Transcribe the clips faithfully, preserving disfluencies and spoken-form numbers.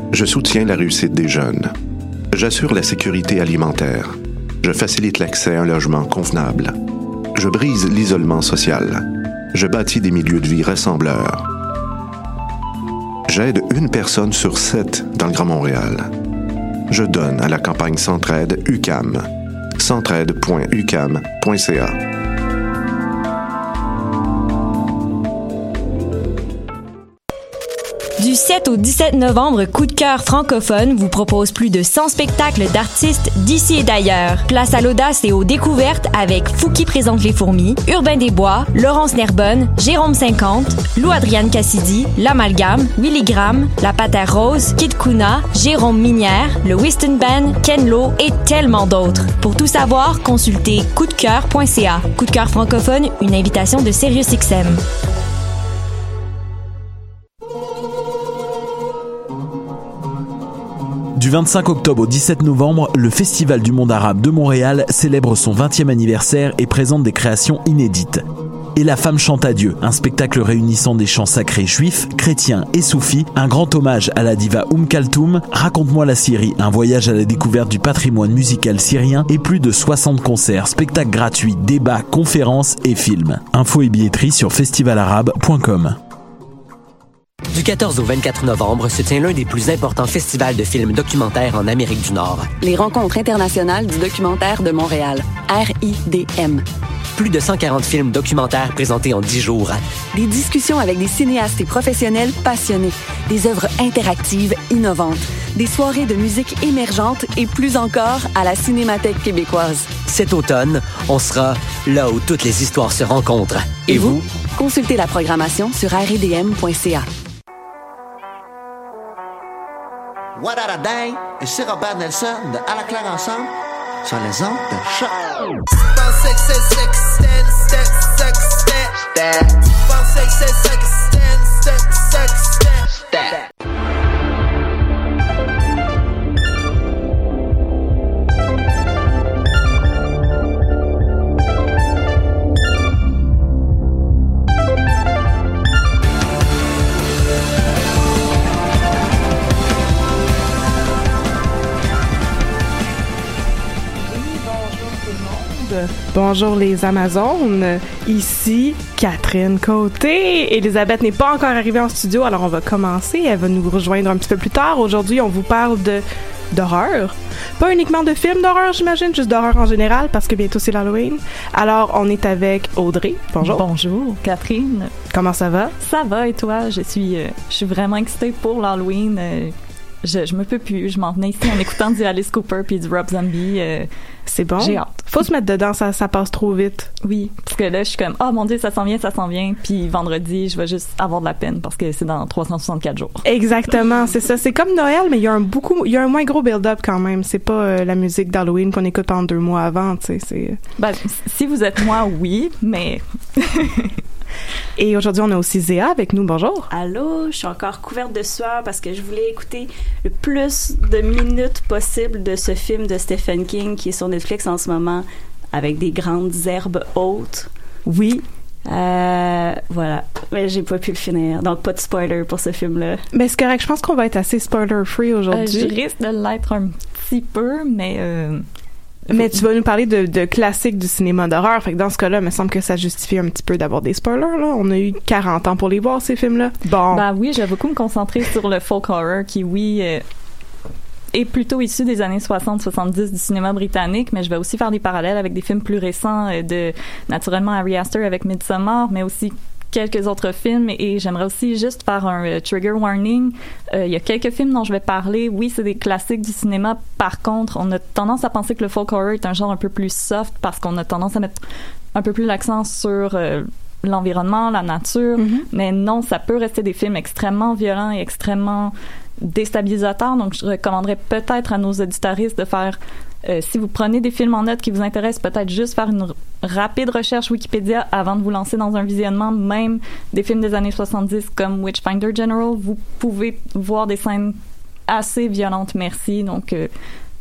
Je soutiens la réussite des jeunes. J'assure la sécurité alimentaire. Je facilite l'accès à un logement convenable. Je brise l'isolement social. Je bâtis des milieux de vie rassembleurs. J'aide une personne sur sept dans le Grand Montréal. Je donne à la campagne Centraide U Q A M. centraide point u q a m point c a. Du sept au dix-sept novembre, Coup de cœur francophone vous propose plus de cent spectacles d'artistes d'ici et d'ailleurs. Place à l'audace et aux découvertes avec Fouki présente les fourmis, Urbain Desbois, Laurence Nerbonne, Jérôme cinquante, Lou Adrienne Cassidy, L'Amalgame, Willy Graham, La Patère Rose, Kid Kuna, Jérôme Minière, le Whiston Band, Ken Lo et tellement d'autres. Pour tout savoir, consultez coup de cœur point c a. Coup de cœur francophone, une invitation de SiriusXM. Du vingt-cinq octobre au dix-sept novembre, le Festival du monde arabe de Montréal célèbre son vingtième anniversaire et présente des créations inédites. Et la femme chante à Dieu, un spectacle réunissant des chants sacrés juifs, chrétiens et soufis, un grand hommage à la diva Oum Kalthoum, Raconte-moi la Syrie, un voyage à la découverte du patrimoine musical syrien et plus de soixante concerts, spectacles gratuits, débats, conférences et films. Infos et billetterie sur festival arabe point com. Du quatorze au vingt-quatre novembre se tient l'un des plus importants festivals de films documentaires en Amérique du Nord. Les Rencontres internationales du documentaire de Montréal, R I D M. Plus de cent quarante films documentaires présentés en dix jours. Des discussions avec des cinéastes et professionnels passionnés. Des œuvres interactives innovantes. Des soirées de musique émergente et plus encore à la Cinémathèque québécoise. Cet automne, on sera là où toutes les histoires se rencontrent. Et, et vous? vous? Consultez la programmation sur r i d m point c a. What a dang! Ici Robert Nelson de À la claire ensemble sur les ondes de choc. Bonjour les Amazones, ici Catherine Côté. Elisabeth n'est pas encore arrivée en studio, alors on va commencer. Elle va nous rejoindre un petit peu plus tard. Aujourd'hui, on vous parle de d'horreur. Pas uniquement de films d'horreur, j'imagine, juste d'horreur en général, parce que bientôt c'est l'Halloween. Alors, on est avec Audrey. Bonjour. Bonjour, Catherine. Comment ça va? Ça va, et toi? Je suis, euh, je suis vraiment excitée pour l'Halloween. Euh, je, je me peux plus. Je m'en venais ici en écoutant du Alice Cooper puis du Rob Zombie. Euh, c'est bon. J'ai hâte. Faut se mettre dedans, ça, ça passe trop vite. Oui, parce que là, je suis comme, oh mon Dieu, ça s'en vient, ça s'en vient. Puis vendredi, je vais juste avoir de la peine parce que c'est dans trois cent soixante-quatre jours. Exactement, c'est ça. C'est comme Noël, mais il y a un beaucoup, il y a un moins gros build-up quand même. C'est pas euh, la musique d'Halloween qu'on écoute pendant deux mois avant, tu sais. C'est. Ben, si vous êtes moi, oui, mais. Et aujourd'hui, on a aussi Zéa avec nous. Bonjour. Allô, je suis encore couverte de sueur parce que je voulais écouter le plus de minutes possible de ce film de Stephen King qui est sur Netflix en ce moment avec des grandes herbes hautes. Oui. Euh, voilà. Mais j'ai pas pu le finir. Donc, pas de spoiler pour ce film-là. Mais c'est correct. Je pense qu'on va être assez spoiler-free aujourd'hui. Euh, je risque de l'être un petit peu, mais... Euh... Mais tu vas nous parler de, de classiques du cinéma d'horreur. Fait que dans ce cas-là, il me semble que ça justifie un petit peu d'avoir des spoilers, là. On a eu quarante ans pour les voir, ces films-là. Bon. Ben oui, je vais beaucoup me concentrer sur le folk horror qui, oui, euh, est plutôt issu des années soixante soixante-dix du cinéma britannique, mais je vais aussi faire des parallèles avec des films plus récents euh, de, naturellement, Ari Aster avec Midsommar, mais aussi quelques autres films, et j'aimerais aussi juste faire un uh, trigger warning. Euh, il y a quelques films dont je vais parler. Oui, c'est des classiques du cinéma. Par contre, on a tendance à penser que le folk horror est un genre un peu plus soft parce qu'on a tendance à mettre un peu plus l'accent sur euh, l'environnement, la nature. Mm-hmm. Mais non, ça peut rester des films extrêmement violents et extrêmement déstabilisateurs. Donc, je recommanderais peut-être à nos auditoristes de faire Euh, si vous prenez des films en note qui vous intéressent, peut-être juste faire une r- rapide recherche Wikipédia avant de vous lancer dans un visionnement, même des films des années soixante-dix comme Witchfinder General. Vous pouvez voir des scènes assez violentes, merci. Donc, euh,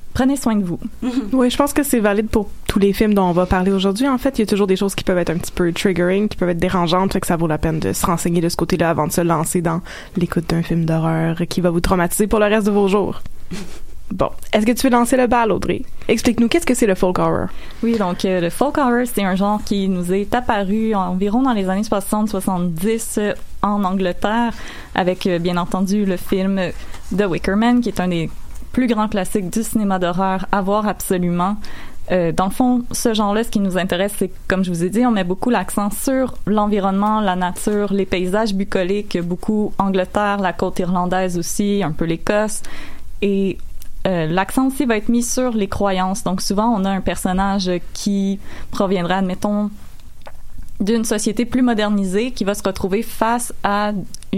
prenez soin de vous. Oui, je pense que c'est valide pour tous les films dont on va parler aujourd'hui. En fait, il y a toujours des choses qui peuvent être un petit peu triggering, qui peuvent être dérangeantes, fait que ça vaut la peine de se renseigner de ce côté-là avant de se lancer dans l'écoute d'un film d'horreur qui va vous traumatiser pour le reste de vos jours. Bon, est-ce que tu veux lancer le bal, Audrey? Explique-nous, qu'est-ce que c'est le folk horror? Oui, donc euh, le folk horror, c'est un genre qui nous est apparu environ dans les années soixante soixante-dix euh, en Angleterre, avec euh, bien entendu le film The Wicker Man, qui est un des plus grands classiques du cinéma d'horreur à voir absolument. Euh, dans le fond, ce genre-là, ce qui nous intéresse, c'est, comme je vous ai dit, on met beaucoup l'accent sur l'environnement, la nature, les paysages bucoliques, beaucoup Angleterre, la côte irlandaise aussi, un peu l'Écosse, et Euh, l'accent aussi va être mis sur les croyances. Donc souvent, on a un personnage qui proviendrait, admettons, d'une société plus modernisée qui va se retrouver face à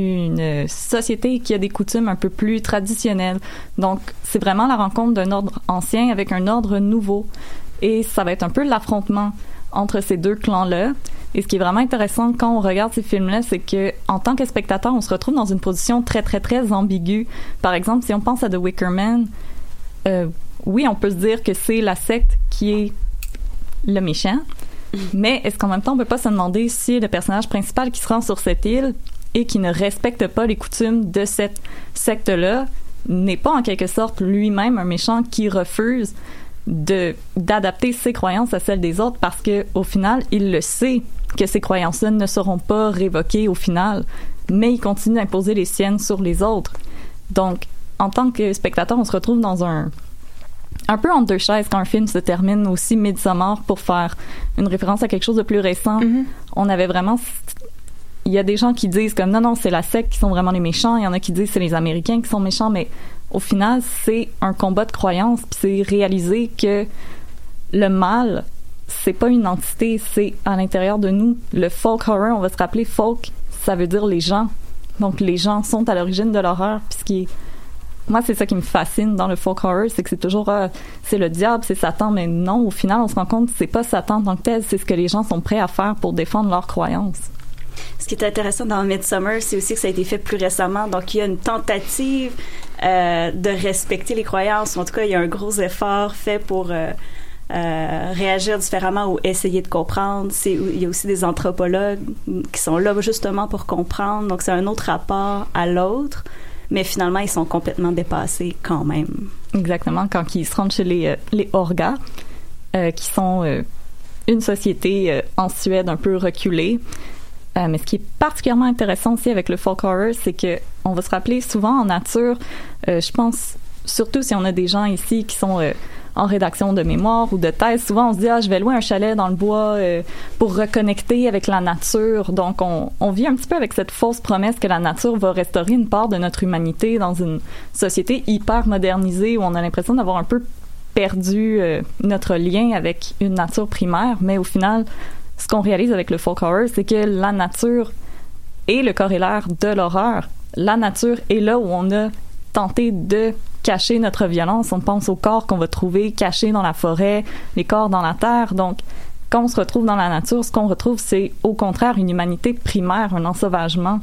une société qui a des coutumes un peu plus traditionnelles. Donc, c'est vraiment la rencontre d'un ordre ancien avec un ordre nouveau. Et ça va être un peu l'affrontement entre ces deux clans-là. Et ce qui est vraiment intéressant quand on regarde ces films-là, c'est que en tant que spectateur, on se retrouve dans une position très, très, très ambiguë. Par exemple, si on pense à The Wicker Man, euh, oui, on peut se dire que c'est la secte qui est le méchant, mais est-ce qu'en même temps, on peut pas se demander si le personnage principal qui se rend sur cette île et qui ne respecte pas les coutumes de cette secte-là n'est pas en quelque sorte lui-même un méchant qui refuse de d'adapter ses croyances à celles des autres parce que au final il le sait que ces croyances-là ne seront pas révoquées au final, mais il continue d'imposer les siennes sur les autres. Donc en tant que spectateur, on se retrouve dans un un peu entre deux chaises quand un film se termine aussi Midsommar, pour faire une référence à quelque chose de plus récent. Mm-hmm. On avait vraiment, il y a des gens qui disent comme non non c'est la secte qui sont vraiment les méchants, il y en a qui disent c'est les Américains qui sont méchants, mais au final, c'est un combat de croyances, puis c'est réaliser que le mal, c'est pas une entité, c'est à l'intérieur de nous. Le folk horror, on va se rappeler, folk, ça veut dire les gens. Donc, les gens sont à l'origine de l'horreur, puis ce qui est... Moi, c'est ça qui me fascine dans le folk horror, c'est que c'est toujours, euh, c'est le diable, c'est Satan, mais non, au final, on se rend compte que c'est pas Satan en tant que tel, c'est ce que les gens sont prêts à faire pour défendre leurs croyances. Ce qui est intéressant dans Midsommar, c'est aussi que ça a été fait plus récemment. Donc, il y a une tentative euh, de respecter les croyances. En tout cas, il y a un gros effort fait pour euh, euh, réagir différemment ou essayer de comprendre. C'est, il y a aussi des anthropologues qui sont là justement pour comprendre. Donc, c'est un autre rapport à l'autre. Mais finalement, ils sont complètement dépassés quand même. Exactement. Quand ils se rendent chez les, euh, les Orgas, euh, qui sont euh, une société euh, en Suède un peu reculée. Euh, mais ce qui est particulièrement intéressant aussi avec le folk horror, c'est que on va se rappeler souvent en nature, euh, je pense, surtout si on a des gens ici qui sont euh, en rédaction de mémoire ou de thèse, souvent on se dit « Ah, je vais louer un chalet dans le bois euh, pour reconnecter avec la nature ». Donc, on, on vit un petit peu avec cette fausse promesse que la nature va restaurer une part de notre humanité dans une société hyper modernisée où on a l'impression d'avoir un peu perdu euh, notre lien avec une nature primaire, mais au final... Ce qu'on réalise avec le folk horror, c'est que la nature est le corrélaire de l'horreur. La nature est là où on a tenté de cacher notre violence. On pense aux corps qu'on va trouver cachés dans la forêt, les corps dans la terre. Donc, quand on se retrouve dans la nature, ce qu'on retrouve, c'est au contraire une humanité primaire, un ensauvagement.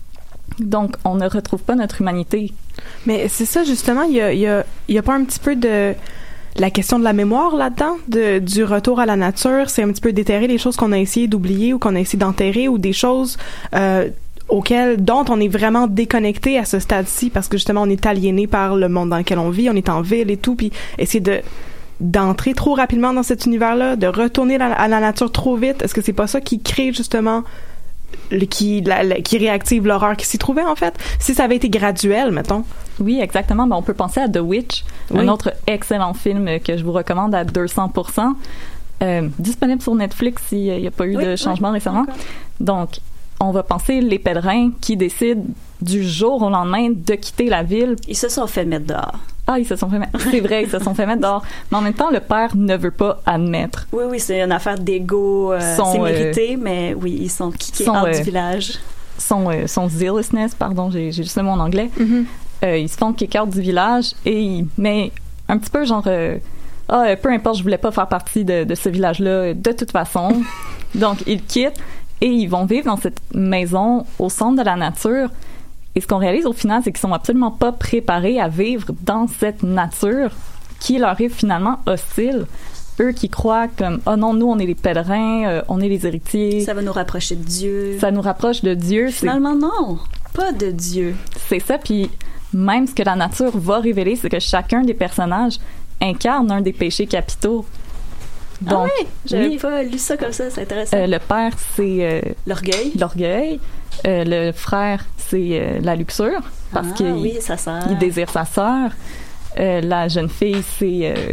Donc, on ne retrouve pas notre humanité. Mais c'est ça, justement, il y a, il y a, il y a pas un petit peu de... La question de la mémoire là-dedans, de, du retour à la nature, c'est un petit peu déterrer les choses qu'on a essayé d'oublier ou qu'on a essayé d'enterrer ou des choses euh, auxquelles, dont on est vraiment déconnecté à ce stade-ci parce que justement on est aliéné par le monde dans lequel on vit, on est en ville et tout, puis essayer de d'entrer trop rapidement dans cet univers-là, de retourner à la, à la nature trop vite, est-ce que c'est pas ça qui crée justement le, qui, la, la, qui réactive l'horreur qui s'y trouvait en fait? Si ça avait été graduel, mettons. Oui, exactement. Ben, on peut penser à The Witch, oui. Un autre excellent film que je vous recommande à deux cents pour cent. Euh, disponible sur Netflix s'il n'y a pas eu oui, de changement oui, récemment. D'accord. Donc, on va penser les pèlerins qui décident du jour au lendemain de quitter la ville. Ils se sont fait mettre dehors. Ah, ils se sont fait mettre... C'est vrai, ils se sont fait mettre dehors. Mais en même temps, le père ne veut pas admettre. Oui, oui, c'est une affaire d'ego. Euh, son, c'est mérité, euh, mais oui, ils sont kickés hors euh, du village. Son, euh, son zealousness, pardon, j'ai, j'ai juste le mot en anglais. Mm-hmm. Euh, ils se font kick out du village et ils... Mais un petit peu genre... Euh, ah, euh, peu importe, je voulais pas faire partie de, de ce village-là de toute façon. Donc, ils quittent et ils vont vivre dans cette maison au centre de la nature. Et ce qu'on réalise au final, c'est qu'ils sont absolument pas préparés à vivre dans cette nature qui leur est finalement hostile. Eux qui croient comme « Oh non, nous, on est les pèlerins, euh, on est les héritiers. » Ça va nous rapprocher de Dieu. Ça nous rapproche de Dieu. Finalement, non. Pas de Dieu. C'est ça, puis même ce que la nature va révéler, c'est que chacun des personnages incarne un des péchés capitaux. Donc, ah oui, j'avais oui, pas lu ça comme ça, c'est intéressant. Euh, le père, c'est... Euh, l'orgueil. L'orgueil. Euh, le frère, c'est euh, la luxure, parce ah, qu'il oui, sa sœur. il désire sa sœur. Euh, la jeune fille, c'est euh,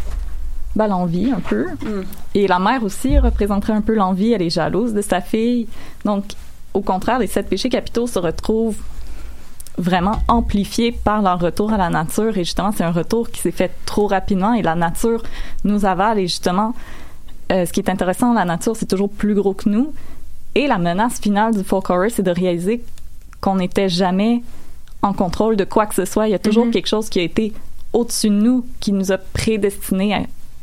ben, l'envie, un peu. Mm. Et la mère aussi représenterait un peu l'envie, elle est jalouse de sa fille. Donc, au contraire, les sept péchés capitaux se retrouvent vraiment amplifiés par leur retour à la nature, et justement c'est un retour qui s'est fait trop rapidement et la nature nous avale, et justement euh, ce qui est intéressant, la nature c'est toujours plus gros que nous, et la menace finale du folk horror c'est de réaliser qu'on n'était jamais en contrôle de quoi que ce soit. Il y a toujours mm-hmm. quelque chose qui a été au-dessus de nous, qui nous a prédestinés à,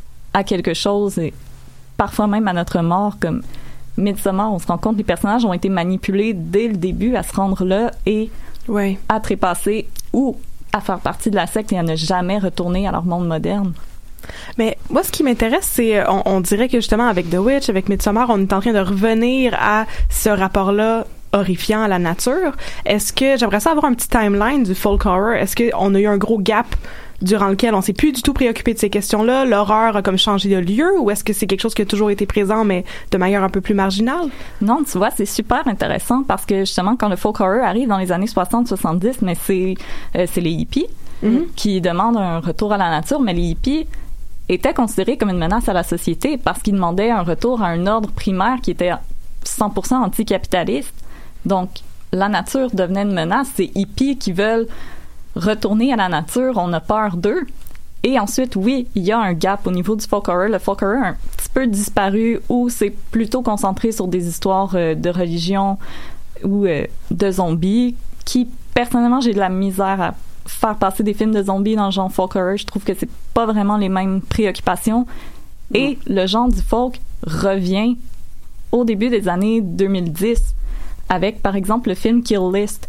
à quelque chose, et parfois même à notre mort. Comme Midsommar, on se rend compte que les personnages ont été manipulés dès le début à se rendre là et oui. à trépasser ou à faire partie de la secte et à ne jamais retourner à leur monde moderne. Mais moi, ce qui m'intéresse, c'est, on, on dirait que justement avec The Witch, avec Midsommar, on est en train de revenir à ce rapport-là horrifiant à la nature. Est-ce que, j'aimerais ça avoir un petit timeline du folk horror, est-ce qu'on a eu un gros gap durant lequel on s'est plus du tout préoccupé de ces questions-là, l'horreur a comme changé de lieu, ou est-ce que c'est quelque chose qui a toujours été présent, mais de manière un peu plus marginale? Non, tu vois, c'est super intéressant parce que justement, quand le folk horror arrive dans les années soixante soixante-dix, mais c'est, euh, c'est les hippies mm-hmm. qui demandent un retour à la nature, mais les hippies étaient considérés comme une menace à la société parce qu'ils demandaient un retour à un ordre primaire qui était cent pour cent anticapitaliste. Donc, la nature devenait une menace. Ces hippies qui veulent retourner à la nature, on a peur d'eux. Et ensuite, oui, il y a un gap au niveau du folk horror. Le folk horror a un petit peu disparu, où c'est plutôt concentré sur des histoires euh, de religion ou euh, de zombies, qui, personnellement, j'ai de la misère à faire passer des films de zombies dans le genre folk horror. Je trouve que c'est pas vraiment les mêmes préoccupations. Et mmh. le genre du folk revient au début des années deux mille dix avec, par exemple, le film Kill List.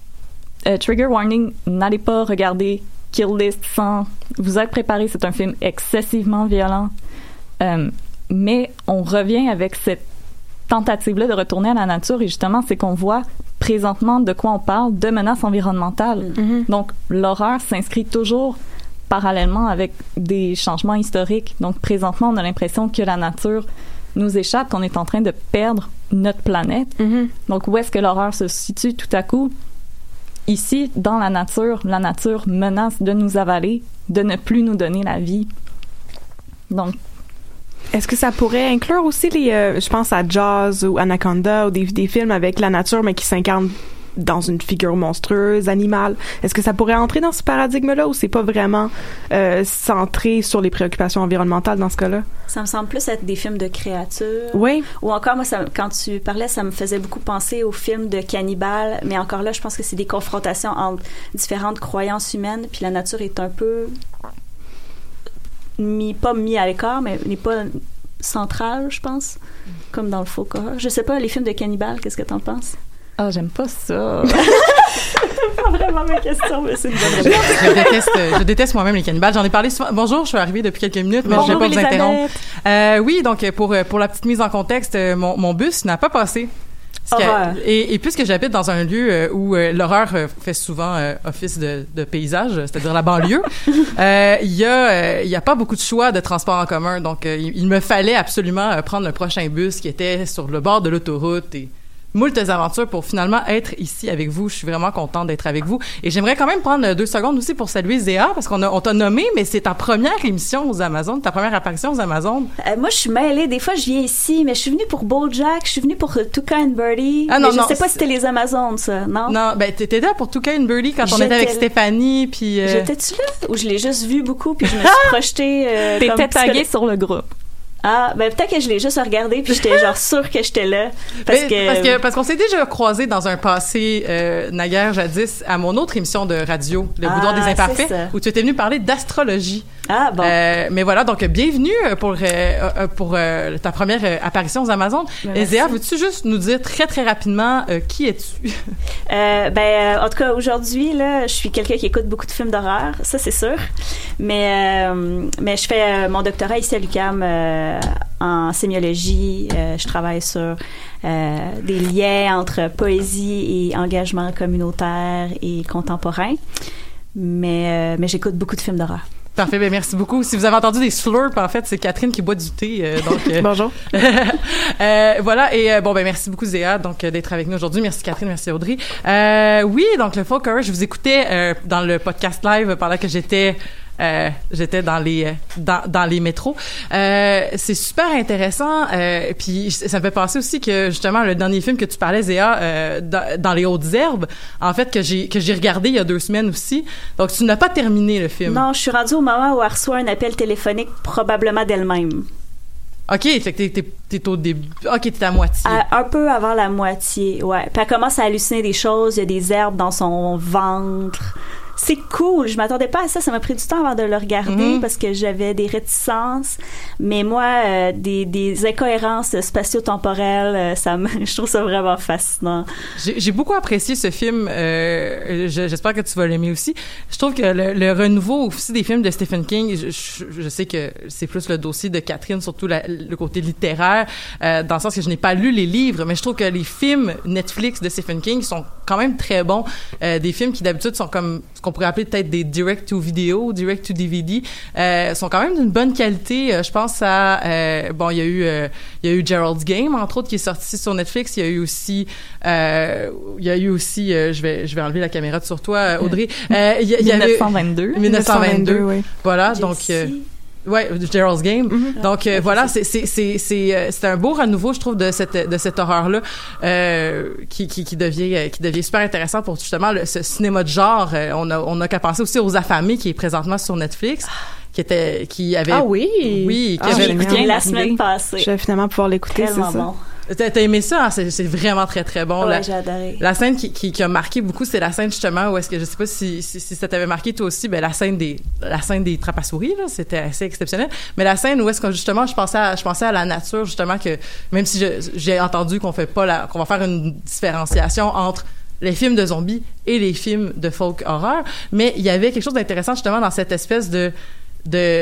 Euh, trigger warning, n'allez pas regarder Kill List sans vous être préparé. C'est un film excessivement violent. Euh, mais on revient avec cette tentative-là de retourner à la nature, et justement, c'est qu'on voit présentement de quoi on parle, de menaces environnementales. Mm-hmm. Donc, l'horreur s'inscrit toujours parallèlement avec des changements historiques. Donc, présentement, on a l'impression que la nature nous échappe, qu'on est en train de perdre notre planète. Mm-hmm. Donc, où est-ce que l'horreur se situe tout à coup? Ici, dans la nature, la nature menace de nous avaler, de ne plus nous donner la vie. Donc, est-ce que ça pourrait inclure aussi les, euh, je pense à Jaws ou Anaconda, ou des, des films avec la nature, mais qui s'incarnent dans une figure monstrueuse, animale? Est-ce que ça pourrait entrer dans ce paradigme-là, ou c'est pas vraiment euh, centré sur les préoccupations environnementales dans ce cas-là? Ça me semble plus être des films de créatures. Oui. Ou encore, moi, ça, quand tu parlais, ça me faisait beaucoup penser aux films de cannibales, mais encore là, je pense que c'est des confrontations entre différentes croyances humaines, puis la nature est un peu mis, pas mis à l'écart, mais n'est pas centrale, je pense, comme dans le folk horror. Je sais pas, les films de cannibales, qu'est-ce que t'en penses? Ah, oh, j'aime pas ça. C'est pas vraiment ma question, mais c'est une bonne réponse. Je déteste, je déteste moi-même les cannibales. J'en ai parlé souvent. Bonjour, je suis arrivée depuis quelques minutes, mais Bonjour, je vais pas Elisabeth. vous interrompre. Euh, oui, donc pour pour la petite mise en contexte, mon, mon bus n'a pas passé. Et, et puisque j'habite dans un lieu où euh, l'horreur euh, fait souvent euh, office de, de paysage, c'est-à-dire la banlieue, euh, il y a euh, il y a pas beaucoup de choix de transport en commun. Donc euh, il, il me fallait absolument euh, prendre le prochain bus qui était sur le bord de l'autoroute, et moultes aventures pour finalement être ici avec vous. Je suis vraiment contente d'être avec vous. Et j'aimerais quand même prendre deux secondes aussi pour saluer Zéa, parce qu'on a, on t'a nommé, mais c'est ta première émission aux Amazones, ta première apparition aux Amazones. Euh, moi, je suis mêlée. Des fois, je viens ici, mais je suis venue pour BoJack, je suis venue pour Touca and Birdie. Ah non, mais je non, sais pas si c'était les Amazones, ça, non? Non, ben t'étais là pour Touca and Birdie quand J'étais on était avec là. Stéphanie, puis... Euh... J'étais-tu là? Ou je l'ai juste vu beaucoup, puis je me suis projetée... Euh, T'étais taguée psycholo- sur le groupe. Ah, ben peut-être que je l'ai juste regardé, puis j'étais genre sûre que j'étais là. Parce Mais, que... Parce que parce qu'on s'est déjà croisés dans un passé euh, naguère jadis à mon autre émission de radio, Le Ah, Boudoir des c'est Imparfaits, ça. où tu étais venu parler d'astrologie. Ah bon. Euh, mais voilà, donc bienvenue pour euh, pour euh, ta première euh, apparition aux Amazones. Et Zéa, veux-tu juste nous dire très très rapidement euh, qui es-tu? Euh, ben, euh, en tout cas, aujourd'hui, là, je suis quelqu'un qui écoute beaucoup de films d'horreur, ça c'est sûr. Mais euh, mais je fais euh, mon doctorat ici à l'U Q A M euh, en sémiologie. Euh, je travaille sur euh, des liens entre poésie et engagement communautaire et contemporain. Mais euh, mais j'écoute beaucoup de films d'horreur. Parfait, bien merci beaucoup. Si vous avez entendu des slurps, en fait, c'est Catherine qui boit du thé. Euh, donc, euh, Bonjour. euh, voilà, et euh, bon, ben merci beaucoup Zéa donc euh, d'être avec nous aujourd'hui. Merci Catherine, merci Audrey. Euh, oui, donc le folk horror, je vous écoutais euh, dans le podcast live pendant que j'étais Euh, j'étais dans les dans, dans les métros. Euh, c'est super intéressant. Euh, puis ça me fait penser aussi que justement le dernier film que tu parlais, Zéa, euh, dans, dans les hautes herbes, en fait que j'ai que j'ai regardé il y a deux semaines aussi. Donc tu n'as pas terminé le film. Non, je suis rendue au moment où elle reçoit un appel téléphonique probablement d'elle-même. OK, fait que t'es, t'es, t'es au début. OK, t'es à moitié. À, un peu avant la moitié, ouais. Puis elle commence à halluciner des choses. Il y a des herbes dans son ventre. C'est cool. Je m'attendais pas à ça. Ça m'a pris du temps avant de le regarder mm-hmm. parce que j'avais des réticences. Mais moi, euh, des, des incohérences spatio-temporelles, euh, ça me, je trouve ça vraiment fascinant. J'ai, j'ai beaucoup apprécié ce film. Euh, je, j'espère que tu vas l'aimer aussi. Je trouve que le, le renouveau aussi des films de Stephen King, je, je, je sais que c'est plus le dossier de Catherine, surtout la, le côté littéraire, euh, dans le sens que je n'ai pas lu les livres, mais je trouve que les films Netflix de Stephen King sont quand même très bons. Euh, des films qui d'habitude sont comme ce qu'on pourrait appeler peut-être des direct-to-video, direct-to-D V D, euh, sont quand même d'une bonne qualité. Euh, je pense à... Euh, bon, il y a eu euh, il y a eu Gerald's Game, entre autres, qui est sorti sur Netflix. Il y a eu aussi... Euh, il y a eu aussi... Euh, je vais je vais enlever la caméra de sur toi, Audrey. Euh, il y, il y dix-neuf cent vingt-deux. dix-neuf cent vingt-deux, oui. Voilà, donc... Euh, ouais, Gerald's Game. Mm-hmm. Donc euh, voilà, c'est c'est c'est c'est euh, c'est un beau renouveau, je trouve, de cette de cette horreur là euh, qui qui qui devient euh, qui devient super intéressant pour justement le, ce cinéma de genre. Euh, on a on a qu'à penser aussi aux Affamés qui est présentement sur Netflix. Qui était qui avait ah oui oui qui ah, avait j'ai écouté la semaine passée. Je vais finalement pouvoir l'écouter, c'est ça. Bon. T'as, t'as aimé ça, hein? c'est, c'est vraiment très très bon. Ouais, la, j'ai adoré. La scène qui, qui, qui a marqué beaucoup, c'est la scène justement où est-ce que je sais pas si, si, si ça t'avait marqué toi aussi, ben la scène des la scène des trappes à souris là, c'était assez exceptionnel. Mais la scène où est-ce que justement je pensais à, je pensais à la nature justement que même si je, j'ai entendu qu'on fait pas la qu'on va faire une différenciation entre les films de zombies et les films de folk horror, mais il y avait quelque chose d'intéressant justement dans cette espèce de de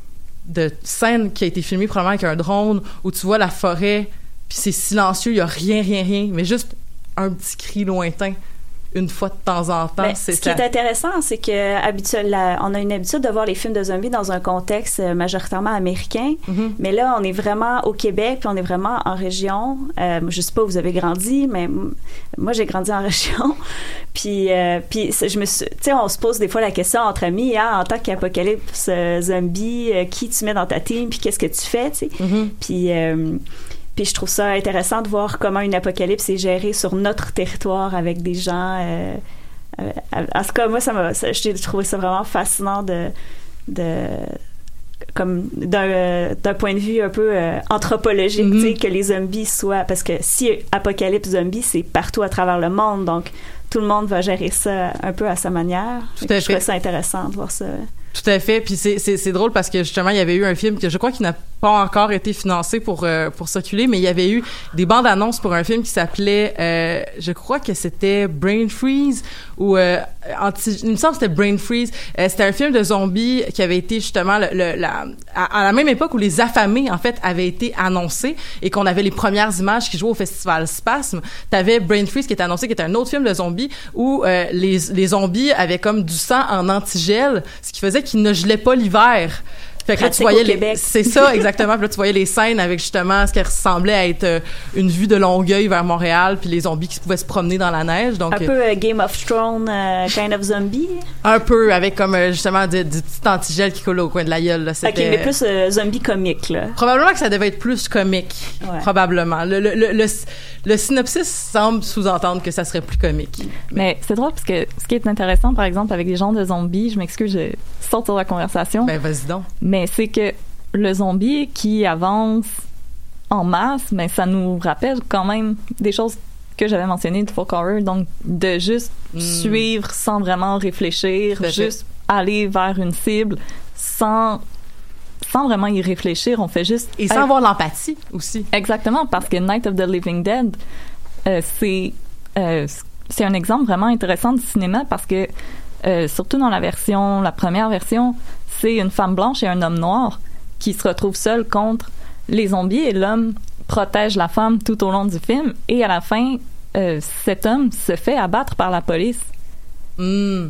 de scène qui a été filmée probablement avec un drone où tu vois la forêt puis c'est silencieux, il y a rien rien rien mais juste un petit cri lointain une fois de temps en temps. Ben, c'est ce qui ça. est intéressant, c'est que habituel, la, on a une habitude de voir les films de zombies dans un contexte majoritairement américain, mm-hmm. mais là, on est vraiment au Québec, puis on est vraiment en région. Euh, je sais pas où vous avez grandi, mais m- moi, j'ai grandi en région. Puis, euh, puis je me suis, tu sais, on se pose des fois la question entre amis, hein, en tant qu'apocalypse euh, zombie, euh, qui tu mets dans ta team, puis qu'est-ce que tu fais, tu sais. Mm-hmm. Puis... Euh, Puis je trouve ça intéressant de voir comment une apocalypse est gérée sur notre territoire avec des gens. Euh, euh, en tout cas, moi, ça m'a, ça, j'ai trouvé ça vraiment fascinant de, de comme d'un, d'un point de vue un peu euh, anthropologique, mm-hmm. tu sais, que les zombies soient, parce que si apocalypse zombie, c'est partout à travers le monde, donc tout le monde va gérer ça un peu à sa manière. Tout à fait. Je trouvais ça intéressant de voir ça. Tout à fait. Puis c'est, c'est, c'est drôle parce que justement, il y avait eu un film que je crois qu'il n'a pas encore été financé pour, euh, pour circuler, mais il y avait eu des bandes annonces pour un film qui s'appelait, euh, je crois que c'était Brain Freeze ou, euh, anti, il me semble que c'était Brain Freeze. Euh, c'était un film de zombies qui avait été justement le, le, la, à, à la même époque où Les Affamés, en fait, avaient été annoncés et qu'on avait les premières images qui jouaient au festival Spasme. T'avais Brain Freeze qui était annoncé, qui était un autre film de zombies où, euh, les, les zombies avaient comme du sang en antigel, ce qui faisait qu'ils ne gelaient pas l'hiver. Fait que là, tu voyais les, c'est ça, exactement. Puis là, tu voyais les scènes avec justement ce qui ressemblait à être euh, une vue de Longueuil vers Montréal, puis les zombies qui pouvaient se promener dans la neige. Donc, un peu euh, Game of Thrones, euh, kind of zombie. Un peu, avec comme euh, justement du, du petit antigel qui coule au coin de la gueule. Là. C'était, ok, mais plus euh, zombie comique, là. Probablement que ça devait être plus comique. Ouais. Probablement. Le, le, le, le, le synopsis semble sous-entendre que ça serait plus comique. Mais c'est drôle parce que ce qui est intéressant, par exemple, avec les genres de zombies, je m'excuse, je saute sur la conversation. Ben, vas-y donc. Mais c'est que le zombie qui avance en masse, mais ça nous rappelle quand même des choses que j'avais mentionnées de folk horror, donc de juste mm. suivre sans vraiment réfléchir, juste aller vers une cible, sans sans vraiment y réfléchir, on fait juste... Et sans avoir l'empathie aussi. Exactement, parce que Night of the Living Dead, euh, c'est, euh, c'est un exemple vraiment intéressant du cinéma parce que, euh, surtout dans la version, la première version, c'est une femme blanche et un homme noir qui se retrouvent seuls contre les zombies et l'homme protège la femme tout au long du film et à la fin, euh, cet homme se fait abattre par la police. Mm.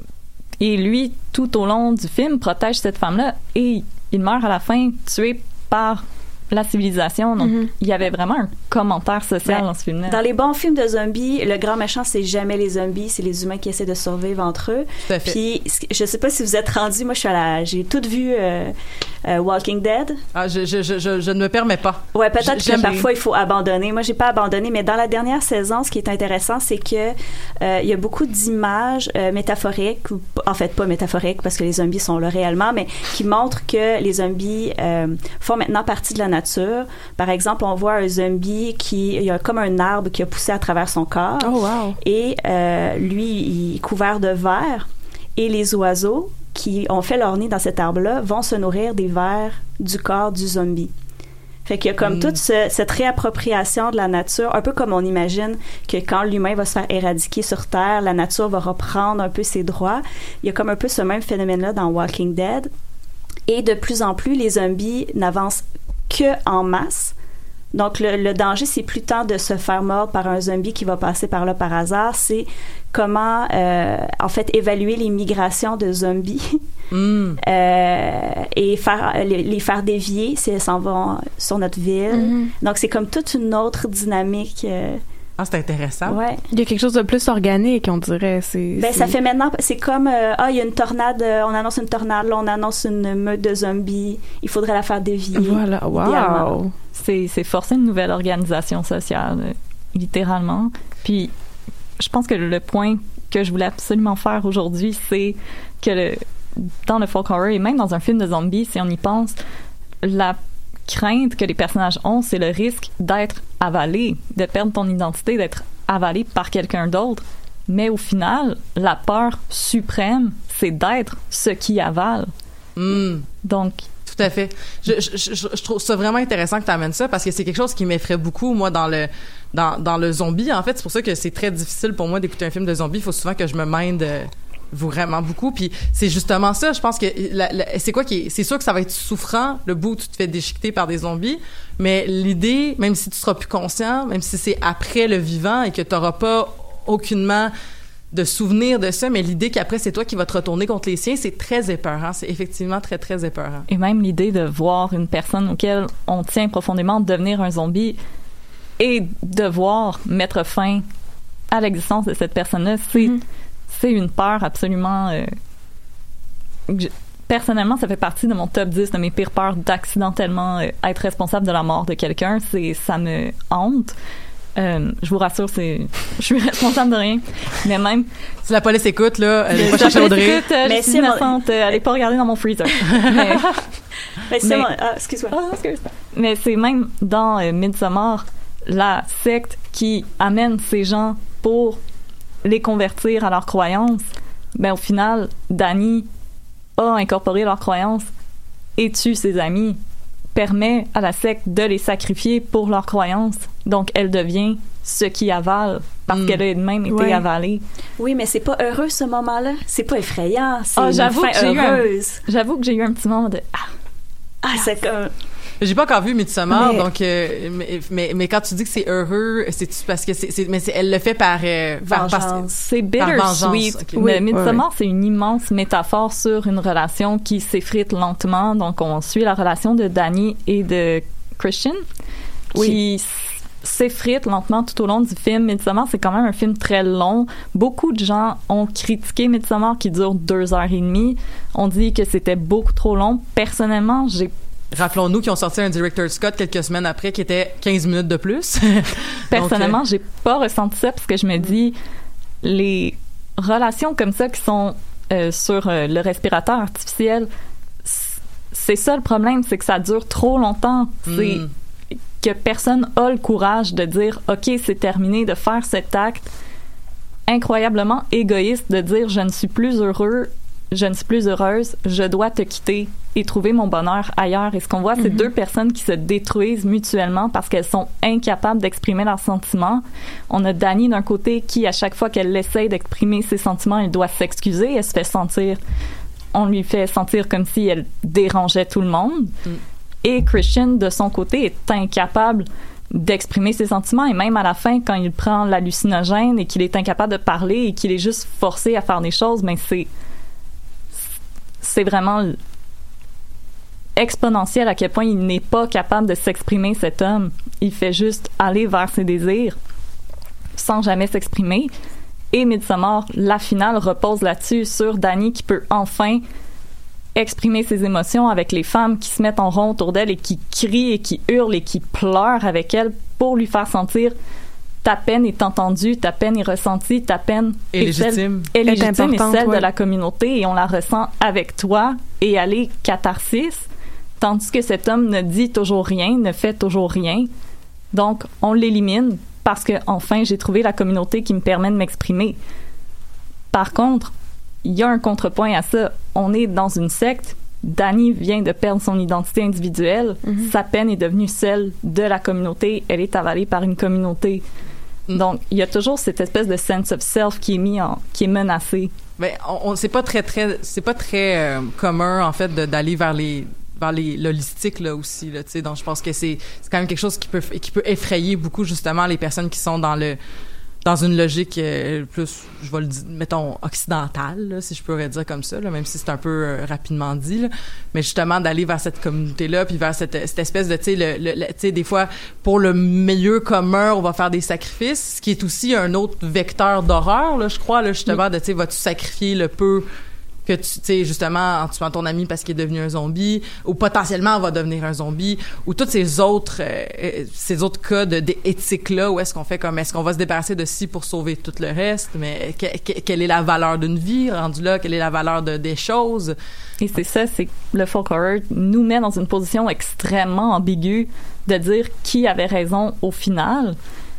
Et lui, tout au long du film, protège cette femme-là et il meurt à la fin, tué par la civilisation. Donc, mm-hmm. il y avait vraiment un commentaire social ben, dans ce film-là. Dans les bons films de zombies, le grand méchant, c'est jamais les zombies, c'est les humains qui essaient de survivre entre eux. Tout à fait. Puis, je sais pas si vous êtes rendus, moi, je suis à la, j'ai tout vu euh, euh, Walking Dead. Ah, je, je, je, je, je ne me permets pas. Ouais, peut-être J'aime que parfois, il faut abandonner. Moi, j'ai pas abandonné, mais dans la dernière saison, ce qui est intéressant, c'est que euh, il y a beaucoup d'images euh, métaphoriques, ou en fait, pas métaphoriques, parce que les zombies sont là réellement, mais qui montrent que les zombies euh, font maintenant partie de la nature. Par exemple, on voit un zombie qui, il y a comme un arbre qui a poussé à travers son corps. Oh, wow. Et euh, lui, il est couvert de vers. Et les oiseaux qui ont fait leur nid dans cet arbre-là vont se nourrir des vers du corps du zombie. Fait qu'il y a comme mm. toute ce, cette réappropriation de la nature, un peu comme on imagine que quand l'humain va se faire éradiquer sur Terre, la nature va reprendre un peu ses droits. Il y a comme un peu ce même phénomène-là dans Walking Dead. Et de plus en plus, les zombies n'avancent que en masse. Donc, le, le danger, c'est plus tant de se faire mordre par un zombie qui va passer par là par hasard, c'est comment, euh, en fait, évaluer les migrations de zombies mm. euh, et faire, les, les faire dévier si elles s'en vont sur notre ville. Mm-hmm. Donc, c'est comme toute une autre dynamique. Euh, Ah, c'est intéressant. Ouais. Il y a quelque chose de plus organique, on dirait. C'est, ben, c'est... ça fait maintenant, c'est comme, euh, ah, il y a une tornade, euh, on annonce une tornade, là, on annonce une meute de zombies, il faudrait la faire dévier. Voilà, wow! C'est, c'est forcer une nouvelle organisation sociale, euh, littéralement. Puis, je pense que le point que je voulais absolument faire aujourd'hui, c'est que le, dans le folk horror, et même dans un film de zombies, si on y pense, la crainte que les personnages ont, c'est le risque d'être avalé, de perdre ton identité, d'être avalé par quelqu'un d'autre. Mais au final, la peur suprême, c'est d'être ce qui avale. Mm. Donc... Tout à fait. Je, je, je, je trouve ça vraiment intéressant que tu amènes ça parce que c'est quelque chose qui m'effraie beaucoup, moi, dans le, dans, dans le zombie. En fait, c'est pour ça que c'est très difficile pour moi d'écouter un film de zombie. Il faut souvent que je me minde euh, vraiment beaucoup. Puis c'est justement ça. Je pense que la, la, c'est quoi qui est, c'est sûr que ça va être souffrant le bout où tu te fais déchiqueter par des zombies, mais l'idée, même si tu seras plus conscient, même si c'est après le vivant et que tu n'auras pas aucunement de souvenir de ça, mais l'idée qu'après c'est toi qui vas te retourner contre les siens, c'est très épeurant. C'est effectivement très très épeurant. Et même l'idée de voir une personne auquel on tient profondément devenir un zombie et devoir mettre fin à l'existence de cette personne-là, c'est mm-hmm. c'est une peur absolument. Euh, je, personnellement, ça fait partie de mon top dix de mes pires peurs d'accidentellement euh, être responsable de la mort de quelqu'un. C'est ça me hante. Euh, je vous rassure, c'est, je suis responsable de rien. Mais même. Si la police écoute, là, elle est pas chercher Audrey. Écoute, euh, mais je suis innocente, mon... euh, allez pas regarder dans mon freezer. mais, mais c'est mais, mon... ah, excuse-moi. Ah, excuse-moi. Mais c'est même dans euh, Midsommar, la secte qui amène ces gens pour les convertir à leurs croyances. Ben, au final, Danny a incorporé leurs croyances et tue ses amis. Permet à la secte de les sacrifier pour leurs croyances. Donc, elle devient ce qui avale parce mm. qu'elle a elle-même été ouais. avalée. Oui, mais c'est pas heureux, ce moment-là. C'est pas effrayant. C'est oh, une j'avoue fin que j'ai heureuse. Eu un, j'avoue que j'ai eu un petit moment de... Ah, ah c'est comme... J'ai pas encore vu Midsommar, mais... donc euh, mais, mais mais quand tu dis que c'est heureux, c'est parce que c'est, c'est mais c'est, elle le fait par euh, par, par c'est bittersweet. Okay. Oui, mais Midsommar, ouais. c'est une immense métaphore sur une relation qui s'effrite lentement. Donc on suit la relation de Danny et de Christian oui. qui s'effrite lentement tout au long du film. Midsommar, c'est quand même un film très long. Beaucoup de gens ont critiqué Midsommar qui dure deux heures et demie. On dit que c'était beaucoup trop long. Personnellement, j'ai Rappelons-nous qu'ils ont sorti un Director's Cut quelques semaines après qui était quinze minutes de plus. Personnellement, Donc, euh... j'ai pas ressenti ça parce que je me dis les relations comme ça qui sont euh, sur euh, le respirateur artificiel, c'est ça le problème, c'est que ça dure trop longtemps. Mm. C'est que personne a le courage de dire OK, c'est terminé, de faire cet acte incroyablement égoïste de dire je ne suis plus heureux je ne suis plus heureuse, je dois te quitter et trouver mon bonheur ailleurs. Et ce qu'on voit, c'est mm-hmm. deux personnes qui se détruisent mutuellement parce qu'elles sont incapables d'exprimer leurs sentiments. On a Dani d'un côté qui, à chaque fois qu'elle essaie d'exprimer ses sentiments, elle doit s'excuser, elle se fait sentir, on lui fait sentir comme si elle dérangeait tout le monde. Mm. Et Christian, de son côté, est incapable d'exprimer ses sentiments, et même à la fin, quand il prend l'hallucinogène et qu'il est incapable de parler et qu'il est juste forcé à faire des choses, ben c'est c'est vraiment exponentiel à quel point il n'est pas capable de s'exprimer, cet homme. Il fait juste aller vers ses désirs sans jamais s'exprimer. Et Midsommar, la finale repose là-dessus, sur Dani qui peut enfin exprimer ses émotions avec les femmes qui se mettent en rond autour d'elle et qui crient et qui hurlent et qui pleurent avec elle pour lui faire sentir ta peine est entendue, ta peine est ressentie, ta peine est légitime, est, légitime et celle ouais. de la communauté, et on la ressent avec toi, et elle est catharsis, tandis que cet homme ne dit toujours rien, ne fait toujours rien. Donc, on l'élimine parce que enfin j'ai trouvé la communauté qui me permet de m'exprimer. Par contre, il y a un contrepoint à ça. On est dans une secte. Dani vient de perdre son identité individuelle. Mm-hmm. Sa peine est devenue celle de la communauté. Elle est avalée par une communauté. Mm. Donc, il y a toujours cette espèce de sense of self qui est mis en, qui est menacé. Mais on, on c'est pas très très, c'est pas très euh, commun en fait de, d'aller vers les vers les l'holistique là aussi là. Tu sais, donc je pense que c'est c'est quand même quelque chose qui peut qui peut effrayer beaucoup justement les personnes qui sont dans le dans une logique euh, plus, je vais le dire, mettons, occidentale, là, si je pourrais dire comme ça, là, même si c'est un peu euh, rapidement dit, là. Mais justement, d'aller vers cette communauté-là, puis vers cette, cette espèce de, tu sais, le, le, le, tu sais, des fois, pour le milieu commun, on va faire des sacrifices, ce qui est aussi un autre vecteur d'horreur, là, je crois, là, justement, oui. de, tu sais, vas-tu sacrifier le peu que tu sais justement en tuant ton ami parce qu'il est devenu un zombie, ou potentiellement on va devenir un zombie, ou tous ces autres euh, ces autres cas de d'éthique là où est-ce qu'on fait comme est-ce qu'on va se débarrasser de ci pour sauver tout le reste, mais que, que, quelle est la valeur d'une vie rendu là, quelle est la valeur de des choses. Et c'est ça, c'est que le folk horror nous met dans une position extrêmement ambiguë de dire qui avait raison au final.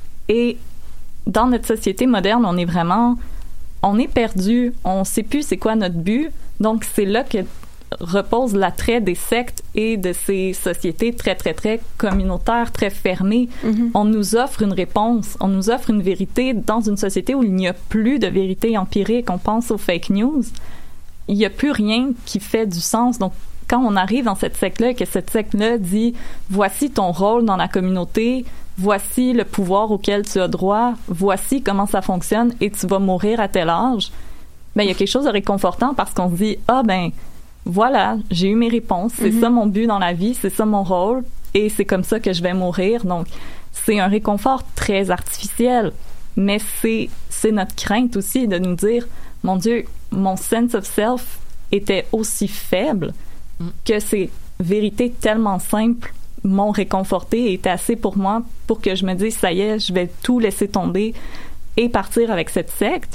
Et dans notre société moderne, on est vraiment on est perdu, on sait plus c'est quoi notre but, donc c'est là que repose l'attrait des sectes et de ces sociétés très, très, très communautaires, très fermées. Mm-hmm. On nous offre une réponse, on nous offre une vérité dans une société où il n'y a plus de vérité empirique. On pense aux fake news, il n'y a plus rien qui fait du sens. Donc, quand on arrive dans cette secte-là, que cette secte-là dit « Voici ton rôle dans la communauté », voici le pouvoir auquel tu as droit, voici comment ça fonctionne et tu vas mourir à tel âge, ben il y a quelque chose de réconfortant parce qu'on se dit ah ben voilà, j'ai eu mes réponses, c'est mm-hmm. ça mon but dans la vie, c'est ça mon rôle et c'est comme ça que je vais mourir. Donc c'est un réconfort très artificiel, mais c'est c'est notre crainte aussi de nous dire mon Dieu, mon sense of self était aussi faible mm. que ces vérités tellement simples m'ont réconforté et était assez pour moi pour que je me dise ça y est, je vais tout laisser tomber et partir avec cette secte.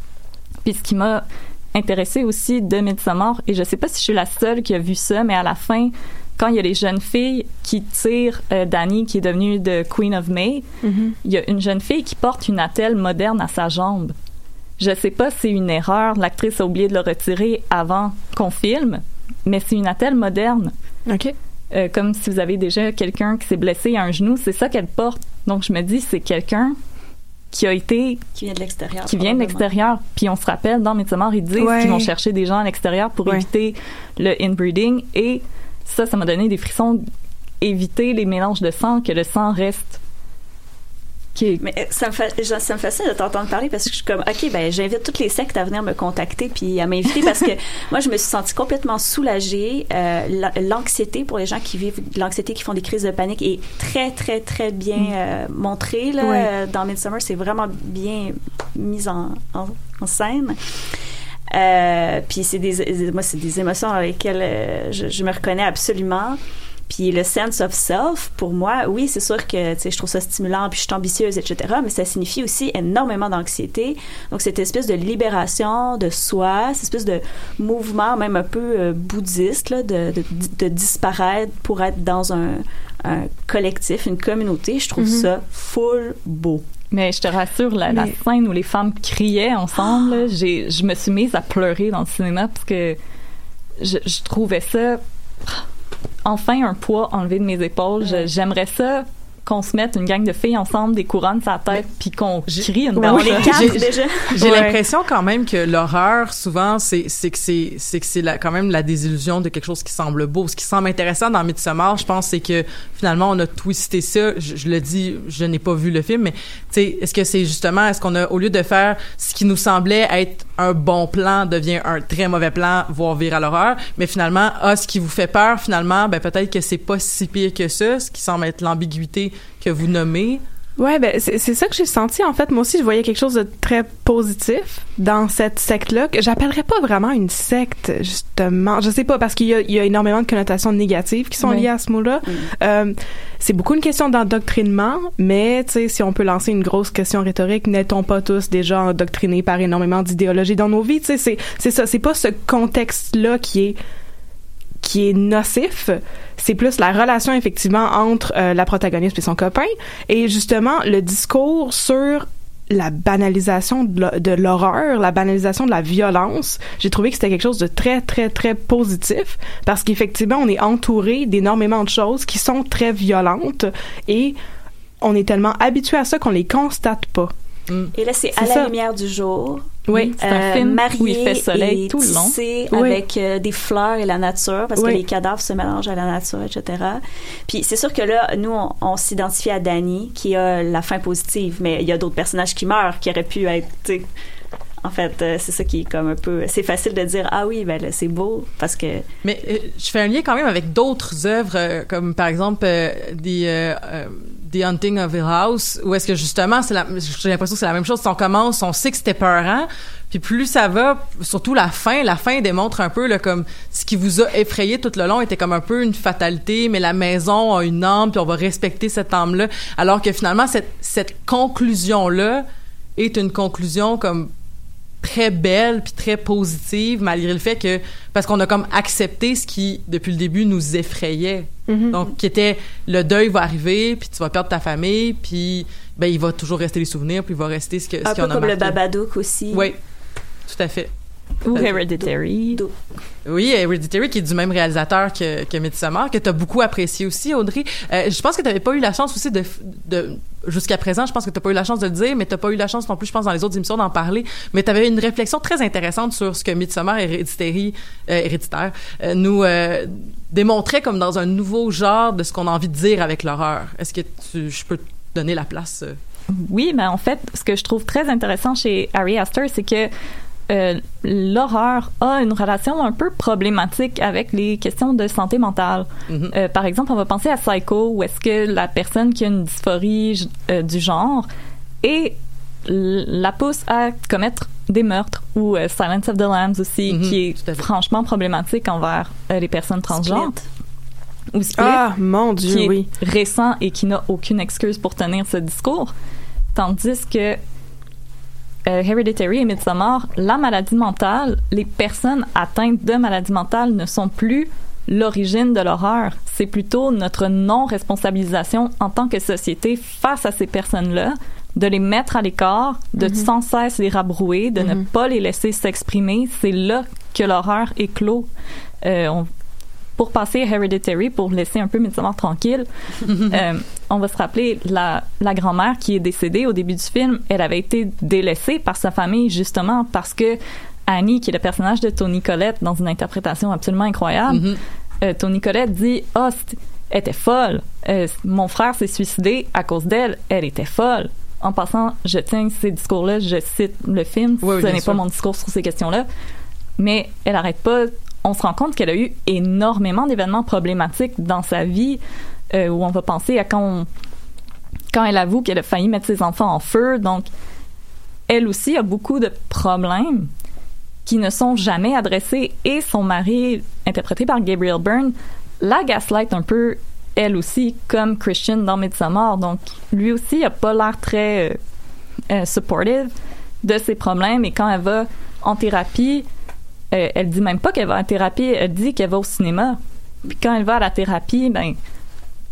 Puis ce qui m'a intéressée aussi de Midsommar, et je sais pas si je suis la seule qui a vu ça, mais à la fin, quand il y a les jeunes filles qui tirent euh, Dani, qui est devenue de Queen of May, mm-hmm. il y a une jeune fille qui porte une attelle moderne à sa jambe. Je sais pas si c'est une erreur, l'actrice a oublié de le retirer avant qu'on filme, mais c'est une attelle moderne. OK. Euh, comme si vous avez déjà quelqu'un qui s'est blessé à un genou, c'est ça qu'elle porte. Donc je me dis c'est quelqu'un qui a été qui vient de l'extérieur qui vient de l'extérieur. Puis on se rappelle dans Midsommar ils disent ouais. qu'ils vont chercher des gens à l'extérieur pour ouais. éviter le inbreeding, et ça ça m'a donné des frissons, éviter les mélanges de sang, que le sang reste. Qui... Mais ça me, fa... ça me fascine de t'entendre parler parce que je suis comme, OK, ben j'invite toutes les sectes à venir me contacter puis à m'inviter parce que moi, je me suis sentie complètement soulagée. Euh, l'anxiété pour les gens qui vivent de l'anxiété, qui font des crises de panique est très, très, très bien mm. euh, montrée là, ouais. euh, dans Midsommar. C'est vraiment bien mis en, en, en scène. Euh, puis c'est des, moi, c'est des émotions dans lesquelles euh, je, je me reconnais absolument. Puis le sense of self, pour moi, oui, c'est sûr que, tu sais, je trouve ça stimulant, puis je suis ambitieuse, et cetera, mais ça signifie aussi énormément d'anxiété. Donc, cette espèce de libération de soi, cette espèce de mouvement même un peu euh, bouddhiste, là, de, de, de disparaître pour être dans un, un collectif, une communauté, je trouve mm-hmm. ça full beau. Mais je te rassure, la, la scène où les femmes criaient ensemble, là, j'ai, je me suis mise à pleurer dans le cinéma parce que je, je trouvais ça enfin un poids enlevé de mes épaules. Je, j'aimerais ça qu'on se mette une gang de filles ensemble, des couronnes sur la tête, puis qu'on crie une ouais, bande. Les quatre j'ai, déjà. J'ai ouais. l'impression quand même que l'horreur, souvent, c'est, c'est que c'est, c'est que c'est la, quand même la désillusion de quelque chose qui semble beau. Ce qui semble intéressant dans Midsommar, je pense, c'est que finalement, on a twisté ça. Je, je le dis, je n'ai pas vu le film, mais tu sais, est-ce que c'est justement, est-ce qu'on a, au lieu de faire ce qui nous semblait être un bon plan, devient un très mauvais plan, voire vire à l'horreur, mais finalement, ah, ce qui vous fait peur, finalement, ben peut-être que c'est pas si pire que ça, ce qui semble être l'ambiguïté que vous nommez. Ouais, ben c'est, c'est ça que j'ai senti en fait. Moi aussi, je voyais quelque chose de très positif dans cette secte-là que j'appellerais pas vraiment une secte, justement. Je sais pas, parce qu'il y a, il y a énormément de connotations négatives qui sont oui. liées à ce mot-là. Oui. Euh, c'est beaucoup une question d'endoctrinement, mais tu sais, si on peut lancer une grosse question rhétorique, n'est-on pas tous déjà endoctrinés par énormément d'idéologies dans nos vies? Tu sais, c'est c'est ça. C'est pas ce contexte-là qui est qui est nocif, c'est plus la relation effectivement entre euh, la protagoniste et son copain, et justement le discours sur la banalisation de l'horreur, la banalisation de la violence. J'ai trouvé que c'était quelque chose de très très très positif, parce qu'effectivement on est entouré d'énormément de choses qui sont très violentes, et on est tellement habitué à ça qu'on les constate pas. Et là, c'est, c'est à la ça. lumière du jour. Oui, c'est un euh, film où il fait soleil tout le long. Oui. Avec euh, des fleurs et la nature, parce oui. que les cadavres se mélangent à la nature, et cetera. Puis c'est sûr que là, nous, on, on s'identifie à Danny, qui a la fin positive, mais il y a d'autres personnages qui meurent, qui auraient pu être... T'sais, en fait, euh, c'est ça qui est comme un peu... C'est facile de dire, ah oui, ben là, c'est beau, parce que... Mais euh, je fais un lien quand même avec d'autres œuvres, euh, comme par exemple euh, des... Euh, euh, The Haunting of Hill House, où est-ce que justement, c'est la, j'ai l'impression que c'est la même chose. Si on commence, on sait que c'était peurant, puis plus ça va, surtout la fin, la fin démontre un peu là, comme ce qui vous a effrayé tout le long était comme un peu une fatalité, mais la maison a une âme, puis on va respecter cette âme-là, alors que finalement, cette, cette conclusion-là est une conclusion comme très belle puis très positive, malgré le fait que parce qu'on a comme accepté ce qui depuis le début nous effrayait. Mm-hmm. Donc qui était le deuil va arriver, puis tu vas perdre ta famille, puis ben il va toujours rester les souvenirs, puis il va rester ce que ce un qu'on a peu comme marqué. Le Babadook aussi. Oui, tout à fait. Ou Hereditary. Do, do. Oui, Hereditary, qui est du même réalisateur que, que Midsommar, que tu as beaucoup apprécié aussi, Audrey. Euh, je pense que tu n'avais pas eu la chance aussi de, de... Jusqu'à présent, je pense que tu n'as pas eu la chance de le dire, mais tu n'as pas eu la chance non plus, je pense, dans les autres émissions d'en parler. Mais tu avais une réflexion très intéressante sur ce que Midsommar et Hereditary, euh, Héréditaire euh, nous euh, démontrait comme dans un nouveau genre de ce qu'on a envie de dire avec l'horreur. Est-ce que tu, je peux te donner la place? Euh? Oui, mais en fait, ce que je trouve très intéressant chez Ari Aster, c'est que Euh, l'horreur a une relation un peu problématique avec les questions de santé mentale. Mm-hmm. Euh, par exemple, on va penser à Psycho, où est-ce que la personne qui a une dysphorie euh, du genre et l- la pousse à commettre des meurtres, ou euh, Silence of the Lambs aussi, mm-hmm. qui est franchement problématique envers euh, les personnes transgenres. Split. Ou Split, ah, mon Dieu, qui est oui. récent et qui n'a aucune excuse pour tenir ce discours. Tandis que Euh, Hereditary et Midsommar, la maladie mentale, les personnes atteintes de maladie mentale ne sont plus l'origine de l'horreur. C'est plutôt notre non-responsabilisation en tant que société face à ces personnes-là, de les mettre à l'écart, de mm-hmm. sans cesse les rabrouer, de mm-hmm. ne pas les laisser s'exprimer. C'est là que l'horreur éclot. Euh, on Pour passer à Hereditary, pour laisser un peu Midsommar tranquille, euh, on va se rappeler la, la grand-mère qui est décédée au début du film. Elle avait été délaissée par sa famille justement parce que Annie, qui est le personnage de Toni Collette dans une interprétation absolument incroyable, mm-hmm. euh, Toni Collette dit « Ah, oh, elle était folle. Euh, mon frère s'est suicidé à cause d'elle. Elle était folle. » En passant, je tiens ces discours-là, je cite le film. Oui, ce n'est sûr. pas mon discours sur ces questions-là. Mais elle n'arrête pas... On se rend compte qu'elle a eu énormément d'événements problématiques dans sa vie, euh, où on va penser à quand, on, quand elle avoue qu'elle a failli mettre ses enfants en feu. Donc, elle aussi a beaucoup de problèmes qui ne sont jamais adressés. Et son mari, interprété par Gabriel Byrne, la gaslight un peu, elle aussi, comme Christian dans Midsommar. Donc, lui aussi n'a pas l'air très euh, euh, supportive de ses problèmes. Et quand elle va en thérapie... Euh, elle dit même pas qu'elle va en thérapie, elle dit qu'elle va au cinéma. Puis quand elle va à la thérapie, ben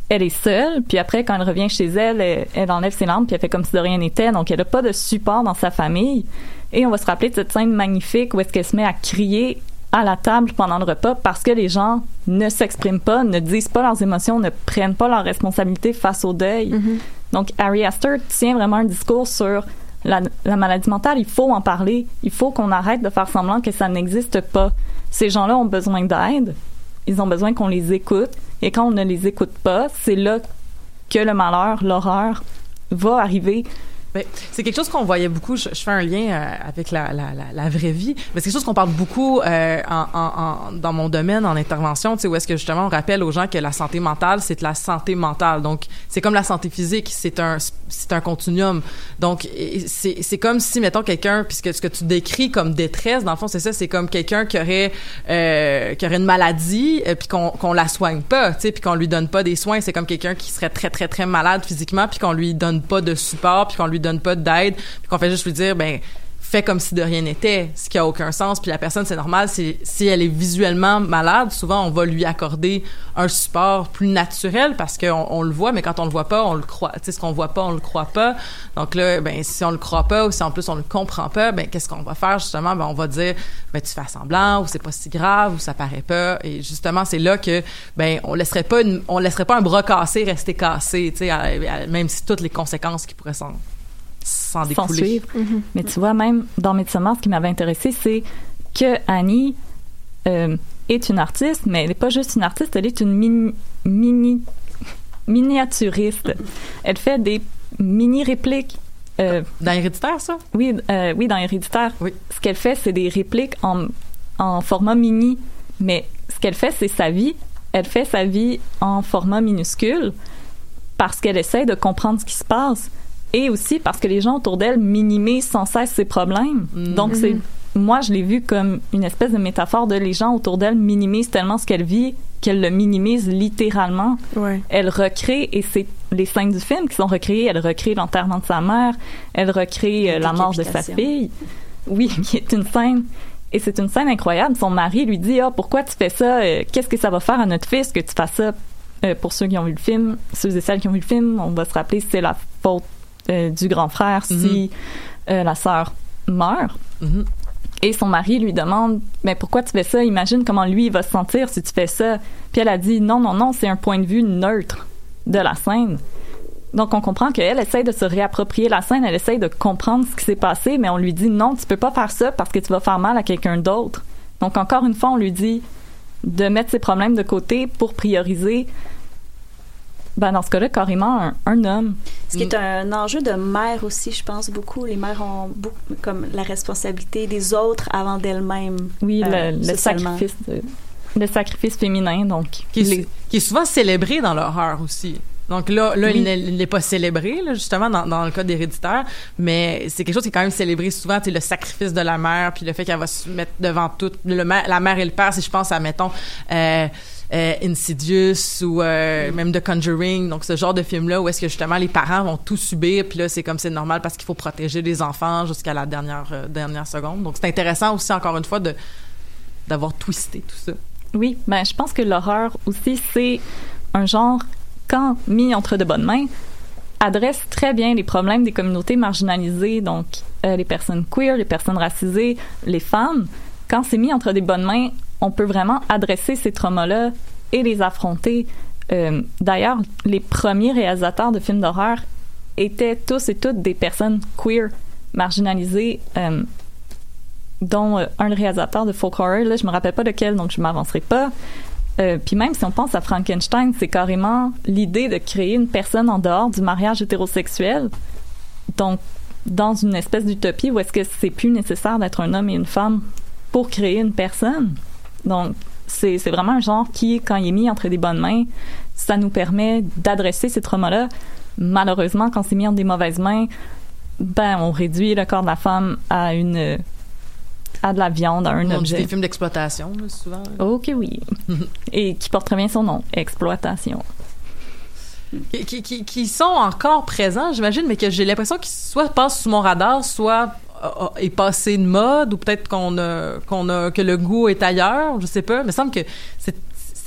elle est seule, puis après, quand elle revient chez elle, elle, elle enlève ses larmes, puis elle fait comme si de rien n'était, donc elle n'a pas de support dans sa famille. Et on va se rappeler de cette scène magnifique où est-ce qu'elle se met à crier à la table pendant le repas parce que les gens ne s'expriment pas, ne disent pas leurs émotions, ne prennent pas leurs responsabilités face au deuil. Mm-hmm. Donc, Ari Aster tient vraiment un discours sur la, la maladie mentale. Il faut en parler. Il faut qu'on arrête de faire semblant que ça n'existe pas. Ces gens-là ont besoin d'aide. Ils ont besoin qu'on les écoute. Et quand on ne les écoute pas, c'est là que le malheur, l'horreur va arriver. Ben, c'est quelque chose qu'on voyait beaucoup. Je, je fais un lien euh, avec la, la, la, la vraie vie, mais c'est quelque chose qu'on parle beaucoup euh, en, en, en, dans mon domaine en intervention. Tu sais, où est-ce que justement on rappelle aux gens que la santé mentale, c'est de la santé mentale. Donc, c'est comme la santé physique, c'est un c'est un continuum. Donc, c'est c'est comme si mettons quelqu'un, puisque ce que tu décris comme détresse, dans le fond, c'est ça, c'est comme quelqu'un qui aurait euh, qui aurait une maladie, euh, puis qu'on qu'on la soigne pas, tu sais, puis qu'on lui donne pas des soins. C'est comme quelqu'un qui serait très très très malade physiquement, puis qu'on lui donne pas de support, puis qu'on lui donne pas d'aide, puis qu'on fait juste lui dire ben fais comme si de rien n'était, ce qui a aucun sens. Puis la personne, c'est normal, c'est, si elle est visuellement malade, souvent on va lui accorder un support plus naturel parce qu'on on le voit, mais quand on le voit pas, on le croit. Tu sais, ce qu'on voit pas, on le croit pas. Donc là, ben si on le croit pas ou si en plus on le comprend pas, ben qu'est-ce qu'on va faire justement? Ben on va dire ben tu fais semblant ou c'est pas si grave ou ça paraît pas. Et justement, c'est là que ben on laisserait pas une, on laisserait pas un bras cassé rester cassé, tu sais, à, à, même si toutes les conséquences qui pourraient s'en sans découler. Mm-hmm. Mais tu vois, même dans Midsommar, ce qui m'avait intéressé, c'est que Annie euh, est une artiste, mais elle n'est pas juste une artiste, elle est une mini, mini miniaturiste. Elle fait des mini-répliques. Euh, dans Héréditaire, ça? Oui, euh, oui, dans Héréditaire. Oui. Ce qu'elle fait, c'est des répliques en, en format mini, mais ce qu'elle fait, c'est sa vie. Elle fait sa vie en format minuscule parce qu'elle essaie de comprendre ce qui se passe. Et aussi parce que les gens autour d'elle minimisent sans cesse ses problèmes. Mm-hmm. Donc, c'est, moi, je l'ai vu comme une espèce de métaphore de les gens autour d'elle minimisent tellement ce qu'elle vit qu'elle le minimise littéralement. Ouais. Elle recrée, et c'est les scènes du film qui sont recréées. Elle recrée l'enterrement de sa mère, elle recrée euh, la mort de sa fille. Oui, qui est une scène... Et c'est une scène incroyable. Son mari lui dit « Ah, pourquoi tu fais ça? Euh, qu'est-ce que ça va faire à notre fils que tu fasses ça? Euh, » Pour ceux qui ont vu le film, ceux et celles qui ont vu le film, on va se rappeler c'est la faute Euh, du grand frère si mm-hmm. euh, la sœur meurt. Mm-hmm. Et son mari lui demande mais pourquoi tu fais ça? Imagine comment lui il va se sentir si tu fais ça. Puis elle a dit non non non, c'est un point de vue neutre de la scène. Donc on comprend qu'elle essaie de se réapproprier la scène, elle essaie de comprendre ce qui s'est passé, mais on lui dit non, tu peux pas faire ça parce que tu vas faire mal à quelqu'un d'autre. Donc encore une fois on lui dit de mettre ses problèmes de côté pour prioriser. Ben dans ce cas-là, carrément, un, un homme. Ce qui est un enjeu de mère aussi, je pense, beaucoup. Les mères ont beaucoup, comme la responsabilité des autres avant d'elles-mêmes. Oui, euh, le, le sacrifice de, le sacrifice féminin, donc. Qui est, les... qui est souvent célébré dans l'horreur aussi. Donc là, là oui. il n'est pas célébré, là, justement, dans, dans le cas d'Héréditaire, mais c'est quelque chose qui est quand même célébré souvent, tu sais, le sacrifice de la mère, puis le fait qu'elle va se mettre devant tout, le, la mère et le père, si je pense à, mettons, euh, Euh, Insidious ou euh, mm. même The Conjuring, donc ce genre de film-là où est-ce que justement les parents vont tout subir, puis là c'est comme c'est normal parce qu'il faut protéger les enfants jusqu'à la dernière euh, dernière seconde. Donc c'est intéressant aussi encore une fois de d'avoir twisté tout ça. Oui, ben je pense que l'horreur aussi c'est un genre quand mis entre de bonnes mains adresse très bien les problèmes des communautés marginalisées, donc euh, les personnes queer, les personnes racisées, les femmes. Quand c'est mis entre des bonnes mains, on peut vraiment adresser ces traumas-là et les affronter. Euh, d'ailleurs, les premiers réalisateurs de films d'horreur étaient tous et toutes des personnes queer, marginalisées, euh, dont euh, un réalisateur de folk horror, là, je me rappelle pas lequel, donc je m'avancerai pas. Euh, puis même si on pense à Frankenstein, c'est carrément l'idée de créer une personne en dehors du mariage hétérosexuel. Donc, dans une espèce d'utopie où est-ce que c'est plus nécessaire d'être un homme et une femme pour créer une personne. Donc, c'est, c'est vraiment un genre qui, quand il est mis entre des bonnes mains, ça nous permet d'adresser ces traumas-là. Malheureusement, quand c'est mis entre des mauvaises mains, ben, on réduit le corps de la femme à une, à de la viande, à un on objet. Dit des films d'exploitation, là, souvent. Ok, oui. Et qui porte très bien son nom, exploitation. Qui, qui, qui, qui sont encore présents, j'imagine, mais que j'ai l'impression qu'ils soit passent sous mon radar, soit est passé de mode, ou peut-être qu'on a, qu'on a, que le goût est ailleurs, je sais pas. Mais il me semble que c'est,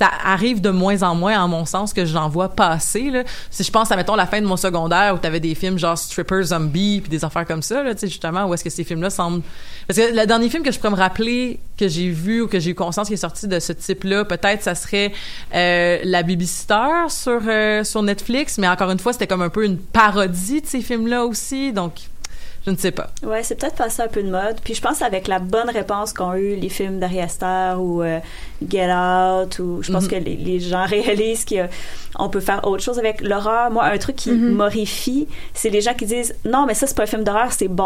ça arrive de moins en moins, en mon sens, que j'en vois passer, là. Si je pense à, mettons, la fin de mon secondaire, où t'avais des films genre Stripper Zombie, puis des affaires comme ça, là, tu sais, justement, où est-ce que ces films-là semblent... Parce que le dernier film que je pourrais me rappeler, que j'ai vu ou que j'ai eu conscience qui est sorti de ce type-là, peut-être, ça serait euh, La Babysitter sur, euh, sur Netflix, mais encore une fois, c'était comme un peu une parodie de ces films-là aussi, donc... Je ne sais pas. Ouais, c'est peut-être passé un peu de mode. Puis je pense avec la bonne réponse qu'ont eu les films d'Ari Aster ou euh, Get Out, ou je pense mm-hmm. que les, les gens réalisent qu'on peut faire autre chose avec l'horreur. Moi, un truc qui mm-hmm. m'horrifie, c'est les gens qui disent « Non, mais ça, c'est pas un film d'horreur, c'est bon. »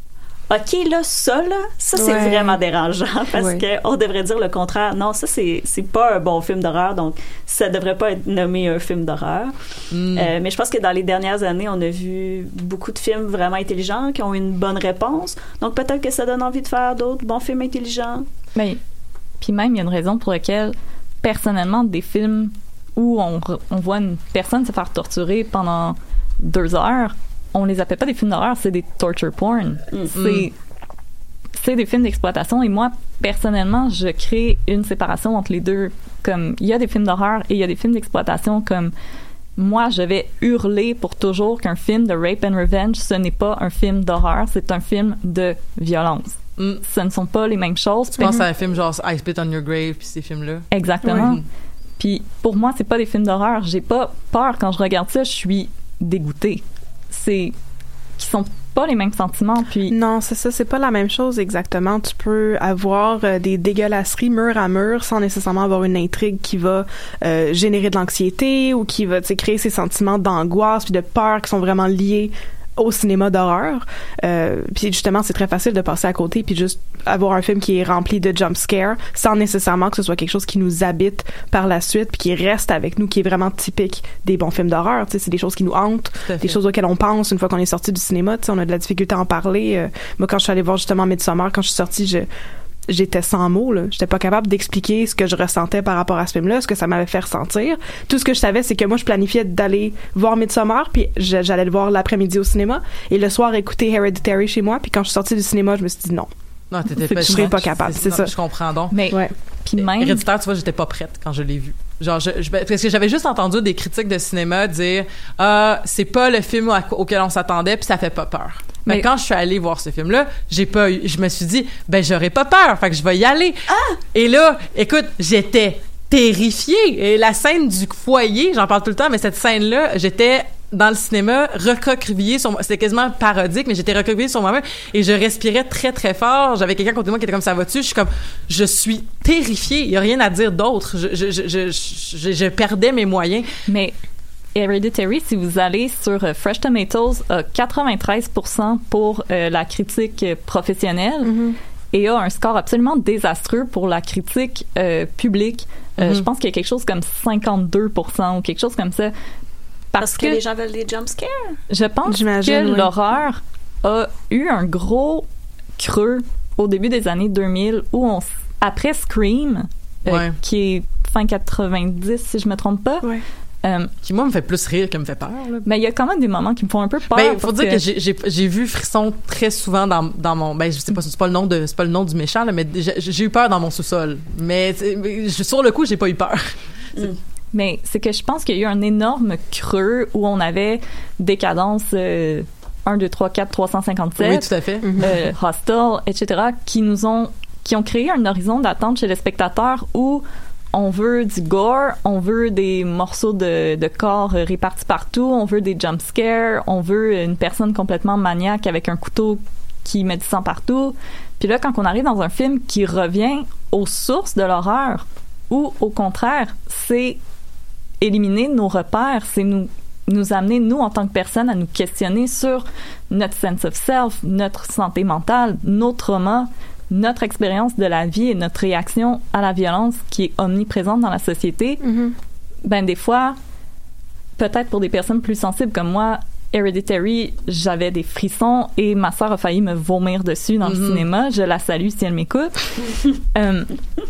OK, là, ça, là, ça, c'est ouais. vraiment dérangeant parce ouais. qu'on devrait dire le contraire. Non, ça, c'est, c'est pas un bon film d'horreur, donc ça devrait pas être nommé un film d'horreur. Mm. Euh, mais je pense que dans les dernières années, on a vu beaucoup de films vraiment intelligents qui ont une bonne réponse. Donc, peut-être que ça donne envie de faire d'autres bons films intelligents. Mais, puis même, il y a une raison pour laquelle, personnellement, des films où on, on voit une personne se faire torturer pendant deux heures, on les appelle pas des films d'horreur, c'est des torture porn. Mm. C'est, c'est des films d'exploitation. Et moi, personnellement, je crée une séparation entre les deux. Comme, il y a des films d'horreur et il y a des films d'exploitation. Comme, moi, je vais hurler pour toujours qu'un film de rape and revenge, ce n'est pas un film d'horreur, c'est un film de violence. Mm. Ce ne sont pas les mêmes choses. Tu penses à un film genre I Spit on Your Grave, puis ces films-là? Exactement. Oui. Puis, pour moi, c'est pas des films d'horreur. J'ai pas peur quand je regarde ça, je suis dégoûtée. C'est qui sont pas les mêmes sentiments, puis non, c'est ça, c'est pas la même chose exactement. Tu peux avoir euh, des dégueulasseries mur à mur sans nécessairement avoir une intrigue qui va euh, générer de l'anxiété ou qui va, tu sais, créer ces sentiments d'angoisse puis de peur qui sont vraiment liés au cinéma d'horreur. Euh, puis justement, c'est très facile de passer à côté puis juste avoir un film qui est rempli de jump scares sans nécessairement que ce soit quelque chose qui nous habite par la suite puis qui reste avec nous, qui est vraiment typique des bons films d'horreur. Tu sais, c'est des choses qui nous hantent, des choses auxquelles on pense une fois qu'on est sorti du cinéma. Tu sais, on a de la difficulté à en parler. Euh, moi, quand je suis allée voir justement Midsommar, quand je suis sortie, je j'étais sans mots, là. J'étais pas capable d'expliquer ce que je ressentais par rapport à ce film-là, ce que ça m'avait fait ressentir. Tout ce que je savais, c'est que moi, je planifiais d'aller voir Midsommar, puis je, j'allais le voir l'après-midi au cinéma, et le soir, écouter Hereditary chez moi, puis quand je suis sortie du cinéma, je me suis dit non. Non, t'étais pas, je serais pas capable, c'est, c'est ça. Je comprends donc. Mais, ouais. Puis même... Héréditaire, tu vois, j'étais pas prête quand je l'ai vu. Genre, je, je, parce que j'avais juste entendu des critiques de cinéma dire « Ah, c'est pas le film à, auquel on s'attendait, puis ça fait pas peur. » Mais quand je suis allée voir ce film-là, j'ai pas eu, je me suis dit, ben, j'aurais pas peur, fait que je vais y aller. Ah! Et là, écoute, j'étais terrifiée. Et la scène du foyer, j'en parle tout le temps, mais cette scène-là, j'étais dans le cinéma, recroquevillée sur moi. C'était quasiment parodique, mais j'étais recroquevillée sur moi-même et je respirais très, très fort. J'avais quelqu'un à côté de moi qui était comme ça va-tu? Je suis comme, je suis terrifiée. Il y a rien à dire d'autre. Je, je, je, je, je, je perdais mes moyens. Mais Hereditary, si vous allez sur euh, Fresh Tomatoes, a quatre-vingt-treize pour cent pour euh, la critique professionnelle mm-hmm. et a un score absolument désastreux pour la critique euh, publique. Euh, mm-hmm. Je pense qu'il y a quelque chose comme cinquante-deux pour cent ou quelque chose comme ça. Parce, Parce que, que les gens veulent des jump scares? Je pense J'imagine, que oui. l'horreur a eu un gros creux au début des années deux mille où on, après Scream, euh, ouais. qui est fin quatre-vingt-dix si je me trompe pas, ouais. Euh, qui moi me fait plus rire que me fait peur. Là. Mais il y a quand même des moments qui me font un peu peur. Ben faut dire que, que j'ai, j'ai j'ai vu Frisson très souvent dans dans mon ben je sais pas c'est pas le nom de c'est pas le nom du méchant là, mais j'ai, j'ai eu peur dans mon sous-sol. Mais sur le coup j'ai pas eu peur. Mm. Mais c'est que je pense qu'il y a eu un énorme creux où on avait Décadence euh, un, deux, trois, quatre, trois cent cinquante-sept, oui tout à fait, euh, Hostel, et cetera qui nous ont qui ont créé un horizon d'attente chez les spectateurs où on veut du gore, on veut des morceaux de, de corps répartis partout, on veut des jump scares, on veut une personne complètement maniaque avec un couteau qui met du sang partout. Puis là, quand on arrive dans un film qui revient aux sources de l'horreur, ou au contraire, c'est éliminer nos repères, c'est nous nous amener, nous, en tant que personne, à nous questionner sur notre sense of self, notre santé mentale, nos traumas, notre expérience de la vie et notre réaction à la violence qui est omniprésente dans la société. Mm-hmm. Ben des fois, peut-être pour des personnes plus sensibles comme moi, Hereditary, j'avais des frissons et ma sœur a failli me vomir dessus dans mm-hmm. le cinéma. Je la salue si elle m'écoute. euh,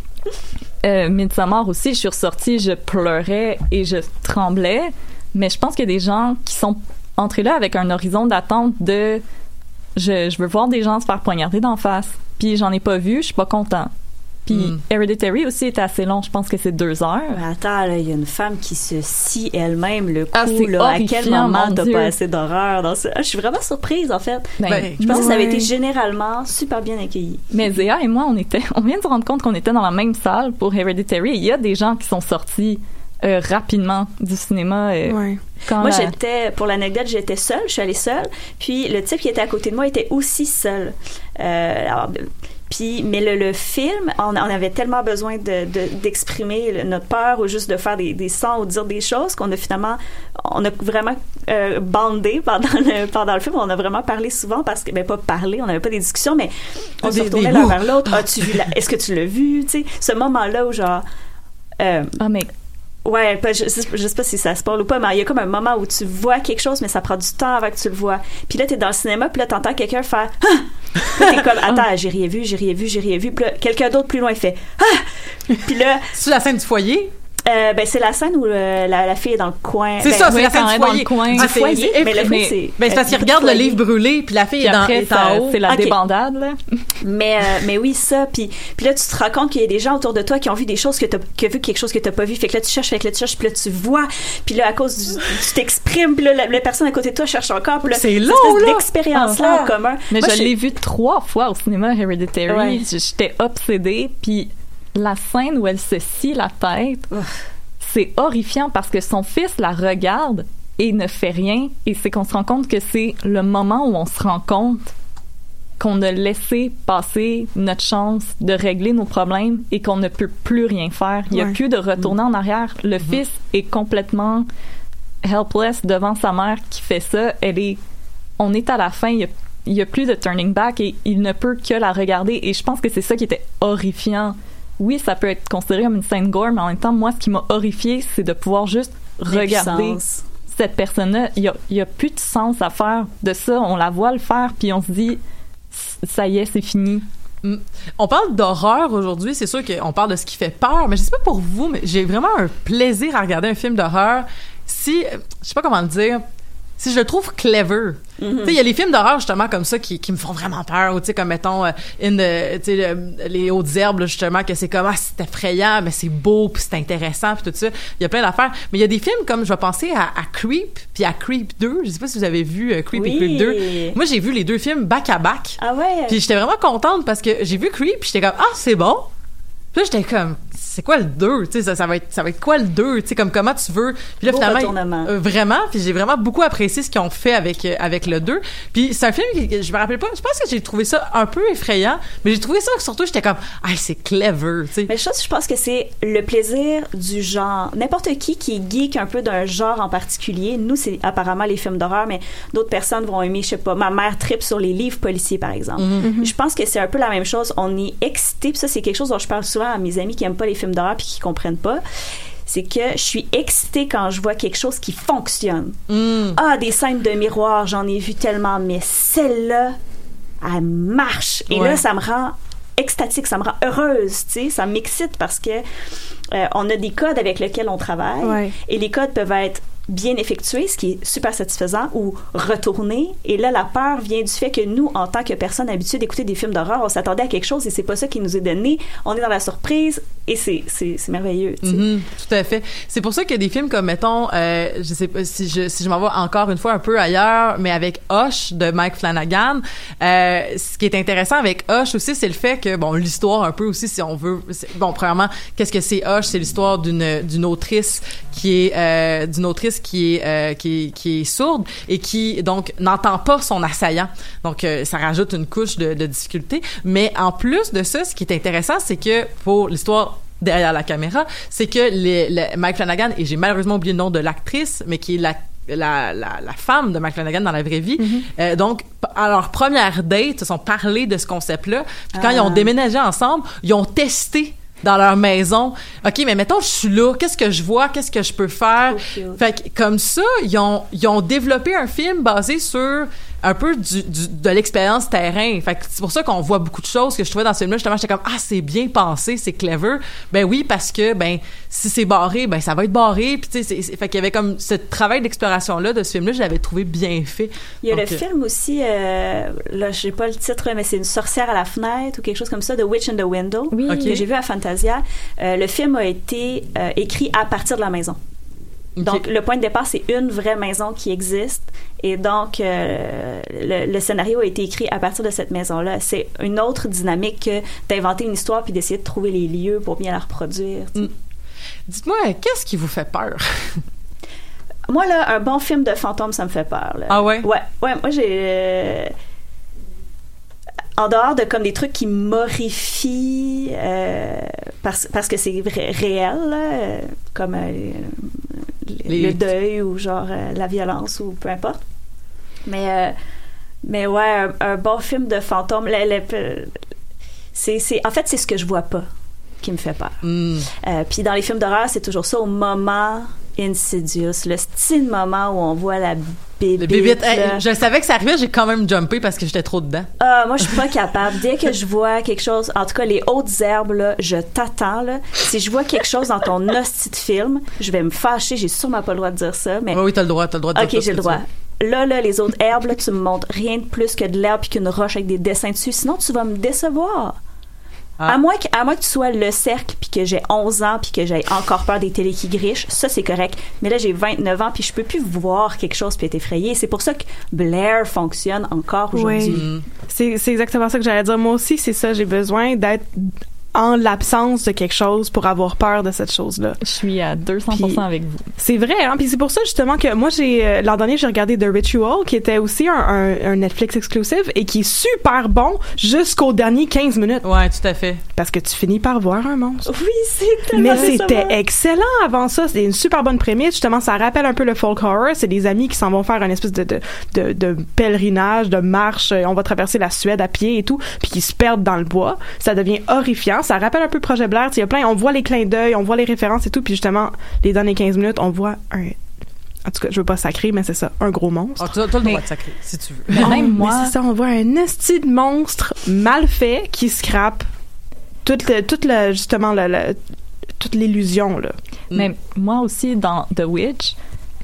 euh, Midsommar aussi, je suis ressortie, je pleurais et je tremblais. Mais je pense qu'il y a des gens qui sont entrés là avec un horizon d'attente de je, je veux voir des gens se faire poignarder d'en face. Puis j'en ai pas vu, je suis pas content. Puis Mm. Hereditary aussi était assez long, je pense que c'est deux heures. Mais attends, il y a une femme qui se scie elle-même le cou. Ah, c'est là, à quel horrifiant, moment mon t'as Dieu. pas assez d'horreur dans ça? Ah, je suis vraiment surprise, en fait. Ben, Ben, je pense que ça avait ouais. été généralement super bien accueilli. Mais Zéa et moi, on était, on vient de se rendre compte qu'on était dans la même salle pour Hereditary. Il y a des gens qui sont sortis euh, rapidement du cinéma. Euh, Ouais. quand Moi, la- j'étais, pour l'anecdote, j'étais seule, je suis allée seule, puis le type qui était à côté de moi était aussi seul. Euh, alors, puis, mais le, le film, on, on avait tellement besoin de, de, d'exprimer le- notre peur ou juste de faire des, des sons ou de dire des choses qu'on a finalement, on a vraiment euh, bandé pendant le, pendant le film. On a vraiment parlé souvent parce que, ben pas parlé, on n'avait pas des discussions, mais on Des- se retournait des l'un mots. vers l'autre. As-tu vu la, est-ce que tu l'as vu? Tu sais, ce moment-là où genre... Euh, ah, mais Ouais, pas- je, je, je sais pas si ça se parle ou pas, mais il y a comme un moment où tu vois quelque chose, mais ça prend du temps avant que tu le vois. Puis là, t'es dans le cinéma, puis là, t'entends quelqu'un faire « Ah! » Puis là, t'es comme « Attends, j'ai rien vu, j'ai rien vu, j'ai rien vu. » Puis là, quelqu'un d'autre plus loin fait « Ah! » Puis là... C'est la scène du foyer? Euh, ben, c'est la scène où euh, la, la fille est dans le coin. C'est ben, ça, c'est oui, la scène quand du elle est dans foyer. le coin. Ah, Du c'est- foyer, c'est mais le effrayant. fait, c'est... Ben, c'est parce qu'il regarde le livre brûlé, puis la fille Puis est dans, après, est en ça- haut. c'est la Ok. débandade, là. Mais, euh, mais oui, ça. Puis, puis là, tu te rends compte qu'il y a des gens autour de toi qui ont vu des choses que t'as, qui ont vu quelque chose que t'as pas vu. Fait que là, tu cherches, fait que là, tu cherches, puis là, tu vois. Puis là, à cause du, tu t'exprimes, puis là, la, la personne à côté de toi cherche encore. Puis là, C'est cette long, espèce là! d'expérience-là Ah. en commun. Mais Moi, je l'ai vu trois fois au cinéma Hereditary. Ouais. J'étais obsédée. Puis la scène où elle se scie la tête, c'est horrifiant parce que son fils la regarde et ne fait rien. Et c'est qu'on se rend compte que c'est le moment où on se rend compte qu'on a laissé passer notre chance de régler nos problèmes et qu'on ne peut plus rien faire. Il n'y a Ouais. plus de retourner en arrière. Le fils est complètement helpless devant sa mère qui fait ça. Elle est, on est à la fin. Il y a, il y a plus de turning back et il ne peut que la regarder. Et je pense que c'est ça qui était horrifiant. Oui, ça peut être considéré comme une scène gore, mais en même temps, moi, ce qui m'a horrifiée, c'est de pouvoir juste regarder L'impuissance. cette personne-là. Il y a, il y a plus de sens à faire de ça. On la voit le faire, puis on se dit, ça y est, c'est fini. Mm. On parle d'horreur aujourd'hui, c'est sûr qu'on parle de ce qui fait peur, mais je sais pas pour vous, mais j'ai vraiment un plaisir à regarder un film d'horreur si, je sais pas comment le dire, si je le trouve clever. Mm-hmm. Tu sais, il y a les films d'horreur justement comme ça qui, qui me font vraiment peur, ou tu sais, comme mettons, euh, in the- tu sais, le- les hautes herbes, là, justement, que c'est comme, ah, c'est effrayant, mais c'est beau, puis c'est intéressant, puis tout ça. Il y a plein d'affaires. Mais il y a des films comme, je vais penser à, à Creep, puis à Creep deux. Je sais pas si vous avez vu euh, Creep Oui. et Creep deux. Moi, j'ai vu les deux films back à back. Ah ouais? Puis j'étais vraiment contente parce que j'ai vu Creep, puis j'étais comme, ah, c'est bon. Puis là, j'étais comme, c'est quoi le deux? Tu sais, ça, ça va être, ça va être quoi le deux? Tu sais, comme comment tu veux? Puis là, Beau finalement, retournement. euh, vraiment, puis j'ai vraiment beaucoup apprécié ce qu'ils ont fait avec, euh, avec le deux. Puis c'est un film que je me rappelle pas, je pense que j'ai trouvé ça un peu effrayant, mais j'ai trouvé ça que surtout, j'étais comme, ah, c'est clever, tu sais. Mais je pense, je pense que c'est le plaisir du genre. N'importe qui qui est geek un peu d'un genre en particulier, nous, c'est apparemment les films d'horreur, mais d'autres personnes vont aimer, je sais pas, ma mère tripe sur les livres policiers, par exemple. Mm-hmm. Je pense que c'est un peu la même chose. On est excité, puis ça, c'est quelque chose dont je parle souvent à mes amis qui aiment pas les films d'horreur puis qui comprennent pas. C'est que je suis excitée quand je vois quelque chose qui fonctionne. Mm. Ah, des scènes de miroir, j'en ai vu tellement, mais celle-là, elle marche. Et Ouais. là, ça me rend extatique, ça me rend heureuse, tu sais, ça m'excite parce que euh, on a des codes avec lesquels on travaille Ouais. et les codes peuvent être bien effectués, ce qui est super satisfaisant, ou retournés. Et là, la peur vient du fait que nous, en tant que personnes habituées d'écouter des films d'horreur, on s'attendait à quelque chose et c'est pas ça qui nous est donné. On est dans la surprise et c'est, c'est, c'est merveilleux, tu sais. Mhm, tout à fait. C'est pour ça qu'il y a des films comme, mettons, euh, je sais pas si je, si je m'en vais encore une fois un peu ailleurs, mais avec Hush de Mike Flanagan. Euh, ce qui est intéressant avec Hush aussi, c'est le fait que, bon, l'histoire un peu aussi, si on veut, c'est- bon, premièrement, qu'est-ce que c'est Hush? C'est l'histoire d'une, d'une autrice qui est, euh, d'une autrice qui est, euh, qui est, qui est sourde et qui, donc, n'entend pas son assaillant. Donc, euh, ça rajoute une couche de, de difficulté. Mais en plus de ça, ce qui est intéressant, c'est que pour l'histoire derrière la caméra, c'est que les, les- Mike Flanagan, et j'ai malheureusement oublié le nom de l'actrice, mais qui est la La, la, la femme de Mike Flanagan dans la vraie vie. Mm-hmm. Euh, donc, à leur première date, ils se sont parlé de ce concept-là. Puis quand Ah. ils ont déménagé ensemble, ils ont testé dans leur maison. OK, mais mettons, je suis là. Qu'est-ce que je vois? Qu'est-ce que je peux faire? Trop cute. Fait que, comme ça, ils ont, ils ont développé un film basé sur un peu du, du de l'expérience terrain. Fait que c'est pour ça qu'on voit beaucoup de choses que je trouvais dans ce film-là. Justement, j'étais comme ah c'est bien pensé, c'est clever. Ben oui parce que ben si c'est barré, ben ça va être barré. Puis tu sais, fait qu'il y avait comme ce travail d'exploration-là de ce film-là, je l'avais trouvé bien fait. Il y a Donc, le film aussi, euh, là je sais pas le titre, mais c'est une sorcière à la fenêtre ou quelque chose comme ça, The Witch in the Window, oui. que okay. j'ai vu à Fantasia. Euh, le film a été euh, écrit à partir de la maison. Okay. Donc, le point de départ, c'est une vraie maison qui existe. Et donc, euh, le, le scénario a été écrit à partir de cette maison-là. C'est une autre dynamique que d'inventer une histoire puis d'essayer de trouver les lieux pour bien la reproduire. Mm. Dites-moi, qu'est-ce qui vous fait peur? Moi, là, un bon film de fantôme, ça me fait peur. Là. Ah ouais? Ouais, ouais. Moi, j'ai... Euh, en dehors de comme des trucs qui m'horrifient euh, parce, parce que c'est ré- réel, là, euh, comme euh, Les... le deuil ou genre euh, la violence ou peu importe. Mais, euh, mais ouais, un, un bon film de fantôme, le, le, c'est, c'est, en fait, c'est ce que je vois pas qui me fait peur. Mm. Euh, puis dans les films d'horreur, c'est toujours ça, au moment Insidious, le style moment où on voit la bébite. bébite hey, je savais que ça arrivait, j'ai quand même jumpé parce que j'étais trop dedans. Ah, moi, je suis pas capable. Dès que je vois quelque chose, en tout cas, les hautes herbes, là, je t'attends, là. Si je vois quelque chose dans ton hostie de film, je vais me fâcher. J'ai sûrement pas le droit de dire ça, mais... Oui, oui, t'as le droit, t'as le droit de dire ça. OK, j'ai le droit. Là, là, les autres herbes, là, tu me montres rien de plus que de l'herbe puis qu'une roche avec des dessins dessus. Sinon, tu vas me décevoir. Ah. À moins que, à moins que tu sois le cercle puis que j'ai onze ans puis que j'ai encore peur des télés qui grichent, ça c'est correct. Mais là j'ai vingt-neuf ans puis je peux plus voir quelque chose puis être effrayée. C'est pour ça que Blair fonctionne encore aujourd'hui. Oui. C'est, c'est exactement ça que j'allais dire. Moi aussi, c'est ça. J'ai besoin d'être en l'absence de quelque chose pour avoir peur de cette chose-là. Je suis à deux cents pour cent puis, avec vous. C'est vrai, hein? Puis c'est pour ça, justement, que moi, j'ai, euh, l'an dernier, j'ai regardé The Ritual, qui était aussi un, un, un Netflix exclusive et qui est super bon jusqu'aux derniers quinze minutes. Ouais, tout à fait. Parce que tu finis par voir un monstre. Oui, c'est tellement Mais c'était excellent avant ça. C'était une super bonne prémisse. Justement, ça rappelle un peu le folk horror. C'est des amis qui s'en vont faire une espèce de, de, de, de pèlerinage, de marche. On va traverser la Suède à pied et tout, puis qui se perdent dans le bois. Ça devient horrifiant. Ça rappelle un peu Projet Blair. Il y a plein, on voit les clins d'œil, on voit les références et tout, puis justement, les dernières quinze minutes, on voit un... En tout cas, je veux pas sacrer, mais c'est ça, un gros monstre. Oh, tu as le droit mais, de sacrer, si tu veux. Mais même moi... Mais c'est ça, on voit un esti de monstre mal fait qui scrape toute, le, toute le, justement, le, le, toute l'illusion, là. Mais moi aussi, dans The Witch...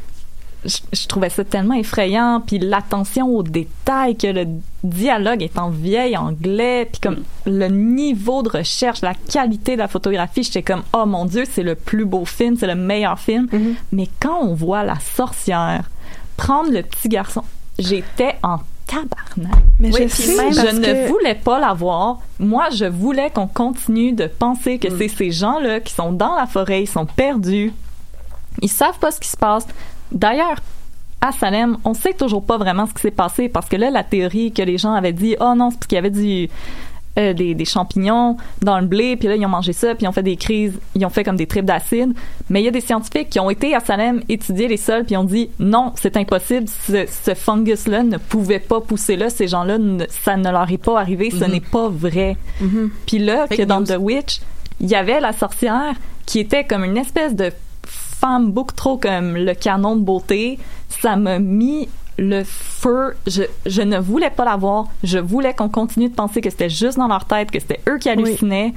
Je, je trouvais ça tellement effrayant, puis l'attention aux détails, que le dialogue est en vieil anglais, puis comme mm. le niveau de recherche, la qualité de la photographie, j'étais comme oh mon Dieu, c'est le plus beau film, c'est le meilleur film. Mm-hmm. Mais quand on voit la sorcière prendre le petit garçon, j'étais en tabarnak. Mais oui, je sais, même je parce ne que... voulais pas la voir. Moi, je voulais qu'on continue de penser que mm. c'est ces gens-là qui sont dans la forêt, ils sont perdus, ils savent pas ce qui se passe. D'ailleurs, à Salem, on sait toujours pas vraiment ce qui s'est passé parce que là, la théorie que les gens avaient dit « Oh non, c'est parce qu'il y avait du, euh, des, des champignons dans le blé, puis là, ils ont mangé ça, puis ils ont fait des crises, ils ont fait comme des tripes d'acide. » Mais il y a des scientifiques qui ont été à Salem étudier les sols, puis ils ont dit « Non, c'est impossible, ce, ce fungus-là ne pouvait pas pousser là, ces gens-là, ne, ça ne leur est pas arrivé, ce mm-hmm. n'est pas vrai. Mm-hmm. » Puis là, Fake que dans news. The Witch, il y avait la sorcière qui était comme une espèce de femme beaucoup trop comme le canon de beauté. Ça m'a mis le feu. Je, je ne voulais pas la voir. Je voulais qu'on continue de penser que c'était juste dans leur tête, que c'était eux qui hallucinaient.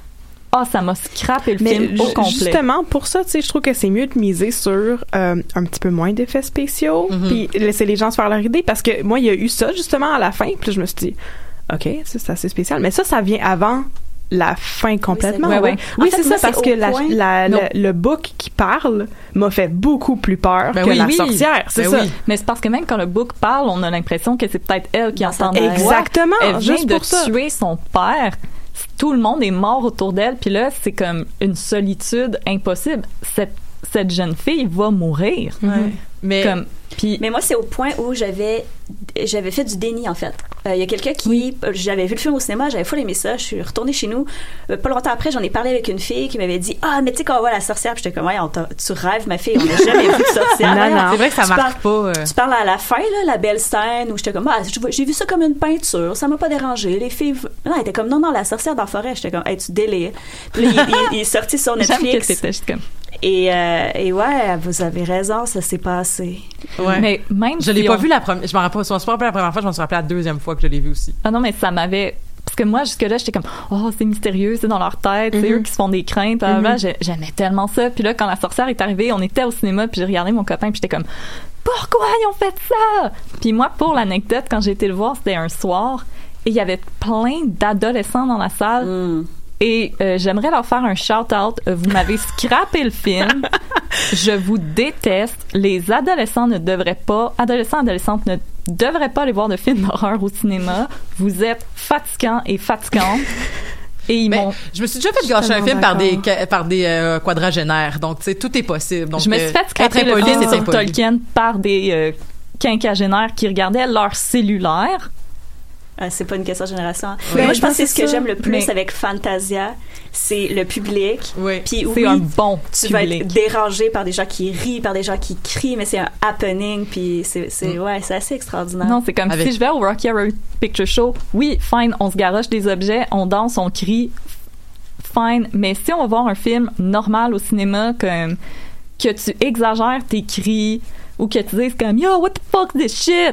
Ah, oh, ça m'a scrappé le Mais film ju- au complet. Justement, pour ça, tu sais, je trouve que c'est mieux de miser sur euh, un petit peu moins d'effets spéciaux, mm-hmm. puis laisser les gens se faire leur idée, parce que moi, il y a eu ça, justement, à la fin, puis je me suis dit, OK, ça, c'est assez spécial. Mais ça, ça vient avant la fin complètement. Oui, ouais, ouais. oui en fait, c'est moi, ça, parce c'est que la, la, le, le book qui parle m'a fait beaucoup plus peur ben que oui, la oui. sorcière. C'est ben ça. Oui. Mais c'est parce que même quand le book parle, on a l'impression que c'est peut-être elle qui entend la voix. Exactement. Elle vient juste de pour ça. tuer son père. Tout le monde est mort autour d'elle. Puis là, c'est comme une solitude impossible. Cette, cette jeune fille va mourir. Ouais. Mais... Comme, Puis, mais moi, c'est au point où j'avais j'avais fait du déni, en fait. Il euh, y a quelqu'un qui... Oui. J'avais vu le film au cinéma, j'avais full aimé ça, je suis retournée chez nous. Euh, pas longtemps après, j'en ai parlé avec une fille qui m'avait dit « Ah, mais tu sais, quand on voit la sorcière... » Puis j'étais comme « Ouais, on tu rêves, ma fille, on n'a jamais vu de sorcière. » Non, non. C'est vrai que ça tu marche parles, pas. Euh... Tu parles à la fin, là, la belle scène, où j'étais comme « Ah, j'ai vu ça comme une peinture, ça m'a pas dérangé. Les filles... » Non, elle était comme « Non, non, la sorcière dans la forêt. » J'étais comme « Hey, tu délires. » Puis là, il, il, il est sorti sur Netflix. J'aime que c'était juste comme... Et, euh, et ouais, vous avez raison, ça s'est passé. Ouais. Mais même je l'ai si pas on... vu la première, je m'en rappelle, je m'en suis pas rappelé la première fois, je m'en suis rappelé la deuxième fois que je l'ai vu aussi. Ah non, mais ça m'avait... Parce que moi, jusque-là, j'étais comme, oh, c'est mystérieux, c'est dans leur tête, c'est Mm-hmm. eux qui se font des craintes, mm-hmm. J'aimais tellement ça. Puis là, quand la sorcière est arrivée, on était au cinéma, puis j'ai regardé mon copain, puis j'étais comme, pourquoi ils ont fait ça? Puis moi, pour l'anecdote, quand j'ai été le voir, c'était un soir, et il y avait plein d'adolescents dans la salle. Mm. Et euh, j'aimerais leur faire un shout-out. Euh, Vous m'avez scrappé le film. Je vous déteste. Les adolescents ne devraient pas, adolescents, adolescentes ne devraient pas aller voir de films d'horreur au cinéma. Vous êtes fatigants et fatigantes. Et ils m'ont... Je me suis déjà fait gâcher un film par des, par des euh, quadragénaires. Donc, tu sais, tout est possible. Donc, je me suis fait scraper le film sur Tolkien par des euh, quinquagénaires qui regardaient leur cellulaire. Ah, c'est pas une question de génération. Oui. Moi, je pense que c'est ce que ça. j'aime le plus Mais... avec Fantasia, c'est le public. Oui. Puis c'est oui, un bon tu public. vas être dérangé par des gens qui rient, par des gens qui crient, mais c'est un happening. Puis c'est, c'est Mm. ouais, c'est assez extraordinaire. Non, c'est comme avec... si je vais au Rocky Horror Picture Show. Oui, fine, on se garoche des objets, on danse, on crie. Fine, mais si on va voir un film normal au cinéma, comme que tu exagères tes cris ou que tu dises comme yo, what the fuck this shit,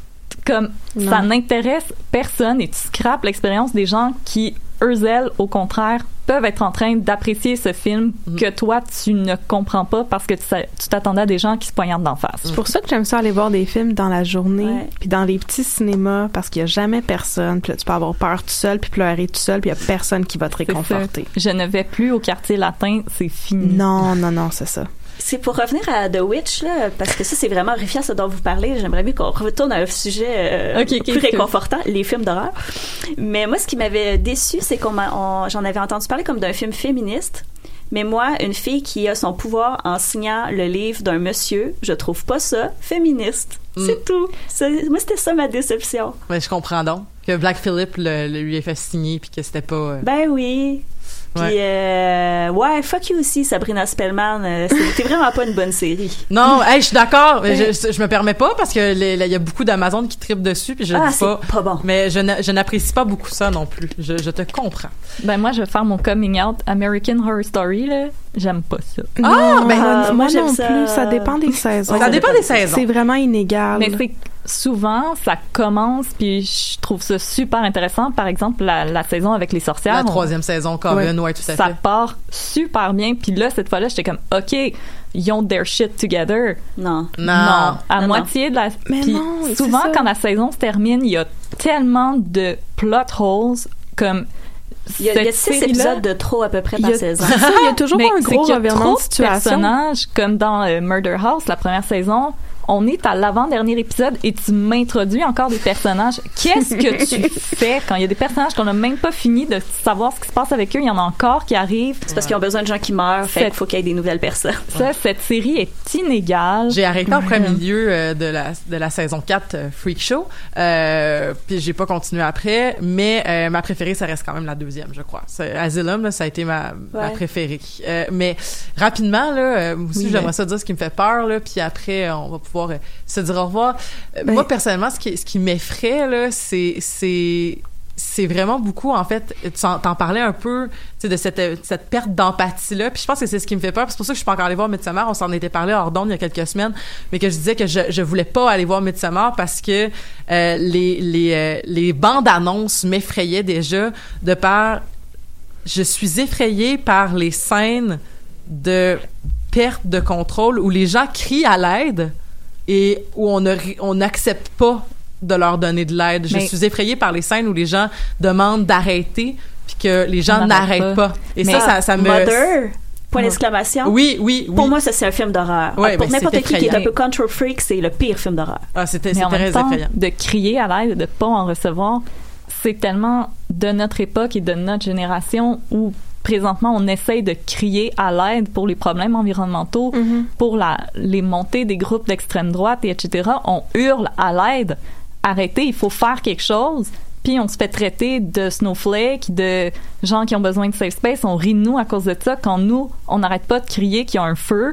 comme non. Ça n'intéresse personne et tu scrapes l'expérience des gens qui, eux, elles, au contraire, peuvent être en train d'apprécier ce film mm. que toi, tu ne comprends pas parce que tu, tu t'attendais à des gens qui se poignardent d'en face. C'est pour ça que j'aime ça aller voir des films dans la journée, ouais. puis dans les petits cinémas, parce qu'il y a jamais personne, puis là, tu peux avoir peur tout seul, puis pleurer tout seul, puis il y a personne qui va te réconforter. Je ne vais plus au quartier latin, c'est fini. Non, non, non, c'est ça. C'est pour revenir à The Witch, là, parce que ça, c'est vraiment horrifiant, ce dont vous parlez. J'aimerais bien qu'on retourne à un sujet euh, okay, okay, plus réconfortant, les films d'horreur. Mais moi, ce qui m'avait déçu, c'est qu'on m'a, on, j'en avais entendu parler comme d'un film féministe. Mais moi, une fille qui a son pouvoir en signant le livre d'un monsieur, je trouve pas ça féministe. Mm. C'est tout. C'est, moi, c'était ça ma déception. Mais je comprends donc que Black Phillip le, le lui ait fait signer puis que c'était pas... Euh... Ben oui. Puis, ouais. Euh, ouais, fuck you aussi, Sabrina Spellman. Euh, c'était vraiment pas une bonne série. Non, hey, je suis d'accord. Mais je, je me permets pas parce que il y a beaucoup d'Amazon qui trippent dessus puis je ah, dis pas. c'est pas bon. Mais je, na, je n'apprécie pas beaucoup ça non plus. Je, je te comprends. Ben moi, je vais faire mon coming out. American Horror Story, là, j'aime pas ça. Ah, ben ah, moi, moi j'aime non ça. plus. Ça dépend des saisons. Ça dépend des saisons. C'est vraiment inégal. Mais c'est souvent, ça commence, puis je trouve ça super intéressant. Par exemple, la, la saison avec les sorcières. La troisième on... saison, Coven, ouais, ouais, tout à fait. Ça part super bien. Puis là, cette fois-là, j'étais comme, OK, ils ont their shit together. Non. Non. Non. À non, moitié non. de la... Mais puis non, souvent, quand la saison se termine, il y a tellement de plot holes, comme... Il y a, il y a six épisodes de trop à peu près par il a, saison. Ça, il y a toujours Mais un gros revirement de situation. Personnages, comme dans euh, Murder House, la première saison, on est à l'avant-dernier épisode et tu m'introduis encore des personnages. Qu'est-ce que tu fais quand il y a des personnages qu'on n'a même pas fini de savoir ce qui se passe avec eux? Il y en a encore qui arrivent. C'est parce qu'ils ont besoin de gens qui meurent, fait qu'il faut qu'il y ait des nouvelles personnes. Ça, cette série est inégale. J'ai arrêté en premier milieu euh, de la de la saison quatre euh, Freak Show, euh, puis j'ai pas continué après, mais euh, ma préférée, ça reste quand même la deuxième, je crois. C'est, Asylum, là, ça a été ma, ouais. ma préférée. Euh, mais rapidement, là, euh, aussi, oui, j'aimerais mais... ça dire ce qui me fait peur, là, puis après, on va pouvoir euh, se dire au revoir. Ben, moi, personnellement, ce qui, ce qui m'effraie, là, c'est, c'est, c'est vraiment beaucoup, en fait, tu en, t'en parlais un peu, tu sais, de cette, cette perte d'empathie-là, puis je pense que c'est ce qui me fait peur, c'est pour ça que je suis pas encore allée voir Midsommar, on s'en était parlé hors d'onde il y a quelques semaines, mais que je disais que je, je voulais pas aller voir Midsommar parce que euh, les, les, euh, les bandes annonces m'effrayaient déjà, de par, je suis effrayée par les scènes de perte de contrôle où les gens crient à l'aide et où on ne on n'accepte pas de leur donner de l'aide. Je Mais suis effrayée par les scènes où les gens demandent d'arrêter puis que les gens n'arrêtent pas. pas. Et Mais ça, ça, ça me... Mother, point d'exclamation. Oui, oui, oui. Pour moi, ça, c'est un film d'horreur. Ouais, pour n'importe qui qui est un peu Mais... control freak, c'est le pire film d'horreur. Ah, c'était, c'était très temps, effrayant. De crier à l'aide, de pas en recevoir, c'est tellement de notre époque et de notre génération où présentement, on essaye de crier à l'aide pour les problèmes environnementaux, mm-hmm. pour la, les montées des groupes d'extrême droite, et etc. On hurle à l'aide. Arrêtez, il faut faire quelque chose. Puis on se fait traiter de snowflake, de gens qui ont besoin de safe space. On rit de nous à cause de ça. Quand nous, on n'arrête pas de crier qu'il y a un feu.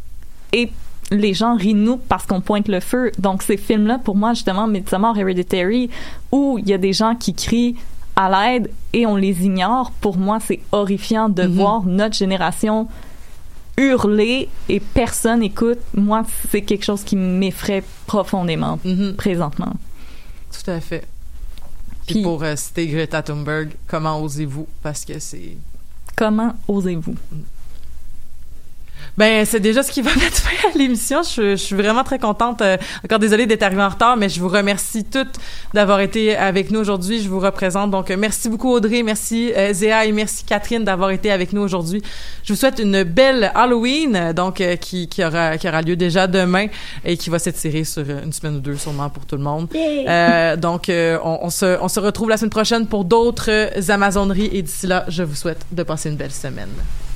Et les gens rient de nous parce qu'on pointe le feu. Donc ces films-là, pour moi, justement, Midsommar, Hereditary, où il y a des gens qui crient à l'aide et on les ignore, pour moi, c'est horrifiant de mm-hmm. voir notre génération hurler et personne écoute, moi, c'est quelque chose qui m'effraie profondément mm-hmm. présentement. Tout à fait. Puis, Puis pour euh, citer Greta Thunberg, comment osez-vous? Parce que c'est... Comment osez-vous? Ben, c'est déjà ce qui va mettre fin à l'émission. Je, je suis vraiment très contente. Euh, encore désolée d'être arrivée en retard, mais je vous remercie toutes d'avoir été avec nous aujourd'hui. Je vous représente. Donc, euh, merci beaucoup Audrey, merci euh, Zéa et merci Catherine d'avoir été avec nous aujourd'hui. Je vous souhaite une belle Halloween, donc euh, qui, qui aura qui aura lieu déjà demain et qui va s'étirer sur une semaine ou deux sûrement pour tout le monde. Euh, donc, euh, on, on se on se retrouve la semaine prochaine pour d'autres Amazoneries et d'ici là, je vous souhaite de passer une belle semaine.